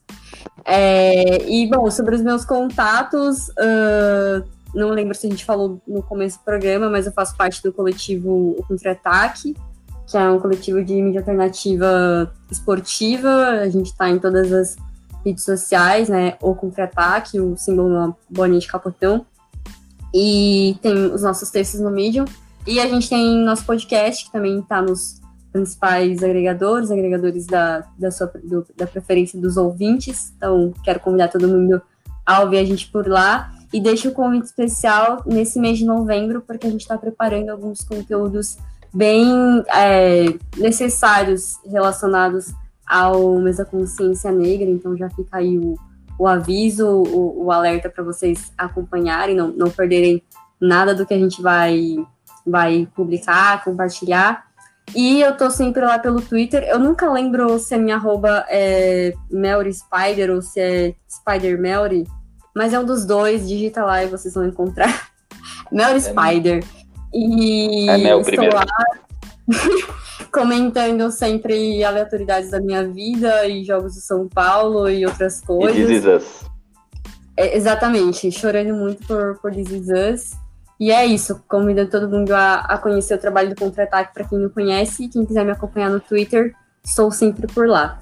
E, bom, sobre os meus contatos, não lembro se a gente falou no começo do programa, mas eu faço parte do coletivo O Contra-Ataque, que é um coletivo de mídia alternativa esportiva. A gente está em todas as redes sociais, né? O Contra-Ataque, o símbolo na bolinha de capotão. E tem os nossos textos no Medium. E a gente tem nosso podcast, que também está nos principais agregadores da preferência dos ouvintes. Então, quero convidar todo mundo a ouvir a gente por lá. E deixo o convite especial nesse mês de novembro, porque a gente está preparando alguns conteúdos bem necessários relacionados ao mês da consciência negra. Então, já fica aí o aviso, o alerta para vocês acompanharem, não perderem nada do que a gente vai publicar, compartilhar. E eu tô sempre lá pelo Twitter. Eu nunca lembro se a minha arroba é Melry Spider ou se é Spider Melry, mas é um dos dois. Digita lá e vocês vão encontrar. Melry Spider. E estou primeiro lá comentando sempre aleatoriedades da minha vida e jogos do São Paulo e outras coisas.
E This Is Us.
Exatamente, chorando muito por This Is Us. E é isso, convidando todo mundo a conhecer o trabalho do Contra-Ataque para quem não conhece. E quem quiser me acompanhar no Twitter, estou sempre por lá.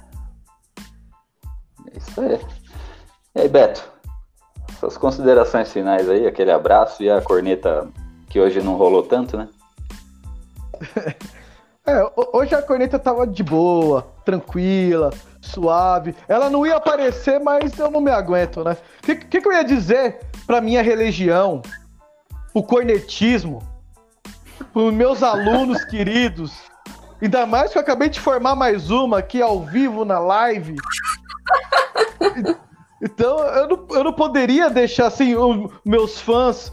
É isso aí. E aí, Beto, suas considerações finais aí, aquele abraço e a corneta que hoje não rolou tanto, né?
Hoje a corneta tava de boa, tranquila, suave. Ela não ia aparecer, mas eu não me aguento, né? O que eu ia dizer pra minha religião? O cornetismo, para os meus alunos queridos, ainda mais que eu acabei de formar mais uma aqui ao vivo na live. Então eu não poderia deixar assim os meus fãs,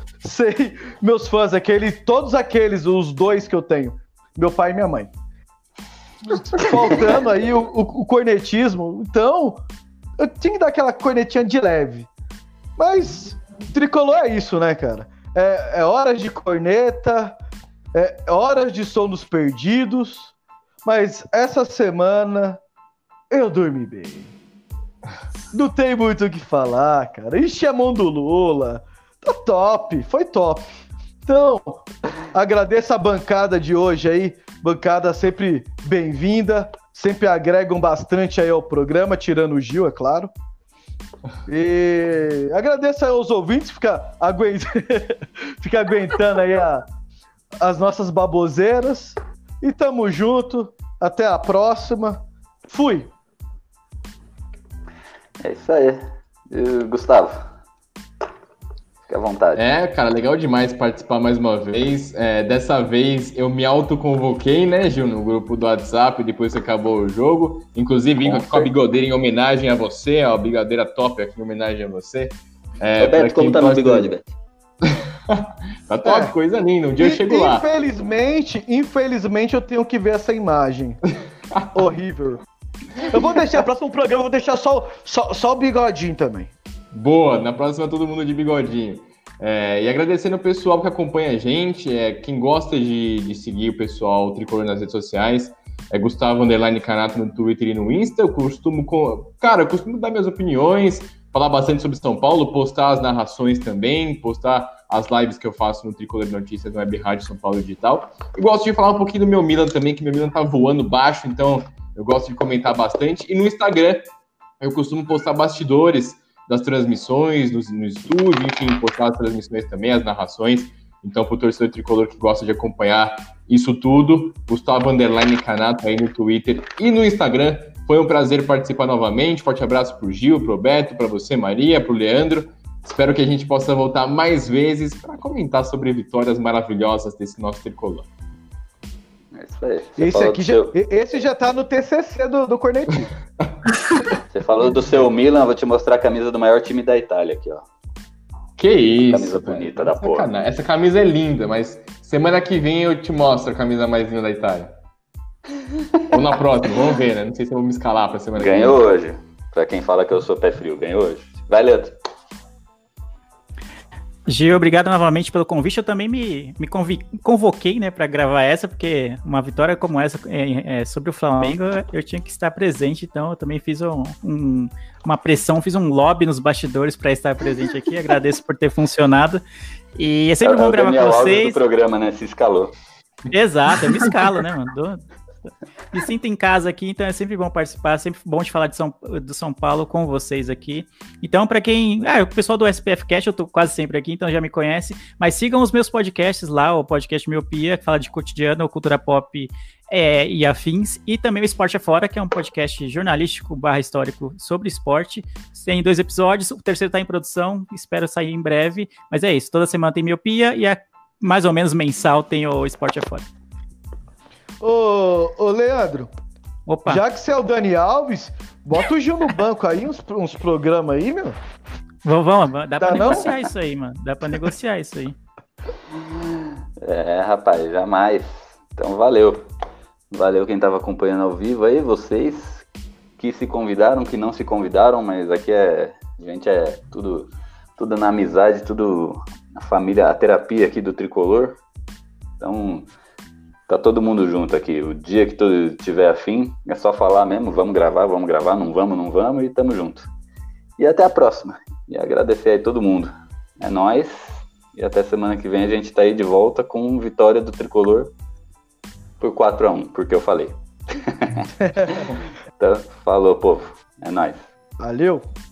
todos aqueles, os dois que eu tenho, meu pai e minha mãe. Faltando aí o cornetismo, então eu tinha que dar aquela cornetinha de leve. Mas tricolor é isso, né, cara? É horas de corneta, horas de sonos perdidos, mas essa semana eu dormi bem. Não tem muito o que falar, cara. Enchi a mão do Lula. Tá top, foi top. Então, agradeço a bancada de hoje aí, bancada sempre bem-vinda, sempre agregam bastante aí ao programa, tirando o Gil, é claro. E agradeço aos ouvintes ficar aguentando aí as nossas baboseiras. E tamo junto. Até a próxima. Fui.
É isso aí. Gustavo, fica à vontade.
Cara, legal demais participar mais uma vez. Dessa vez eu me autoconvoquei, né, Gil, no grupo do WhatsApp, depois que acabou o jogo. Inclusive, vim com a bigodeira em homenagem a você, ó, a bigodeira top aqui em homenagem a você.
Beto, como tá meu bigode, Beto?
Tá top, coisa linda. Um dia eu chego lá.
Infelizmente eu tenho que ver essa imagem. Horrível. Eu vou deixar, próximo programa eu vou deixar só o bigodinho também.
Boa, na próxima todo mundo de bigodinho. E agradecendo o pessoal que acompanha a gente, quem gosta de seguir o pessoal tricolor nas redes sociais, Gustavo _Canato no Twitter e no Insta. Eu costumo dar minhas opiniões, falar bastante sobre São Paulo, postar as narrações também, postar as lives que eu faço no Tricolor de Notícias, no Web Rádio São Paulo Digital. E gosto de falar um pouquinho do meu Milan também, que meu Milan tá voando baixo, então eu gosto de comentar bastante. E no Instagram, eu costumo postar bastidores das transmissões, no estúdio, enfim, postar as transmissões também, as narrações. Então, pro torcedor tricolor que gosta de acompanhar isso tudo, Gustavo _Canato aí no Twitter e no Instagram. Foi um prazer participar novamente. Forte abraço pro Gil, pro Beto, para você, Maria, pro Leandro. Espero que a gente possa voltar mais vezes para comentar sobre vitórias maravilhosas desse nosso tricolor.
É isso aí.
Esse já tá no TCC do Cornetinho.
Você falou do seu Milan, vou te mostrar a camisa do maior time da Itália aqui, ó.
Que isso,
camisa bonita da porra.
Essa camisa é linda, mas semana que vem eu te mostro a camisa mais linda da Itália. Ou na próxima, vamos ver, né? Não sei se eu vou me escalar pra semana que vem.
Ganhou hoje. Pra quem fala que eu sou pé frio, ganhou hoje. Vai, Leandro.
Gil, obrigado novamente pelo convite. Eu também me convoquei, né, para gravar essa, porque uma vitória como essa sobre o Flamengo, eu tinha que estar presente, então eu também fiz uma pressão, fiz um lobby nos bastidores para estar presente aqui. Agradeço por ter funcionado. E é sempre bom gravar com vocês.
Do programa, né? Se escalou.
Exato, eu me escalo, né, mano? Me sinto em casa aqui, então é sempre bom participar, sempre bom de falar do São Paulo com vocês aqui. Então, para quem... o pessoal do SPF Cast, eu tô quase sempre aqui, então já me conhece, mas sigam os meus podcasts lá, o podcast Miopia, que fala de cotidiano, cultura pop e afins, e também o Esporte Afora, que é um podcast jornalístico / histórico sobre esporte. Tem 2 episódios, o terceiro tá em produção, espero sair em breve, mas é isso, toda semana tem Miopia e mais ou menos mensal tem o Esporte Afora.
Ô, Leandro,
opa.
Já que você é o Dani Alves, bota o Gil no banco aí, uns programas aí, meu.
Vamos, dá pra negociar isso aí, mano. Dá pra negociar isso aí.
Rapaz, jamais. Então, valeu. Valeu quem tava acompanhando ao vivo aí, vocês que se convidaram, que não se convidaram, mas aqui a gente é tudo na amizade, tudo a família, a terapia aqui do Tricolor. Então... tá todo mundo junto aqui. O dia que tu tiver afim, é só falar mesmo, vamos gravar, não vamos, e tamo junto. E até a próxima. E agradecer aí todo mundo. É nóis. E até semana que vem a gente tá aí de volta com vitória do Tricolor por 4-1, porque eu falei. Então, falou, povo. É nóis.
Valeu.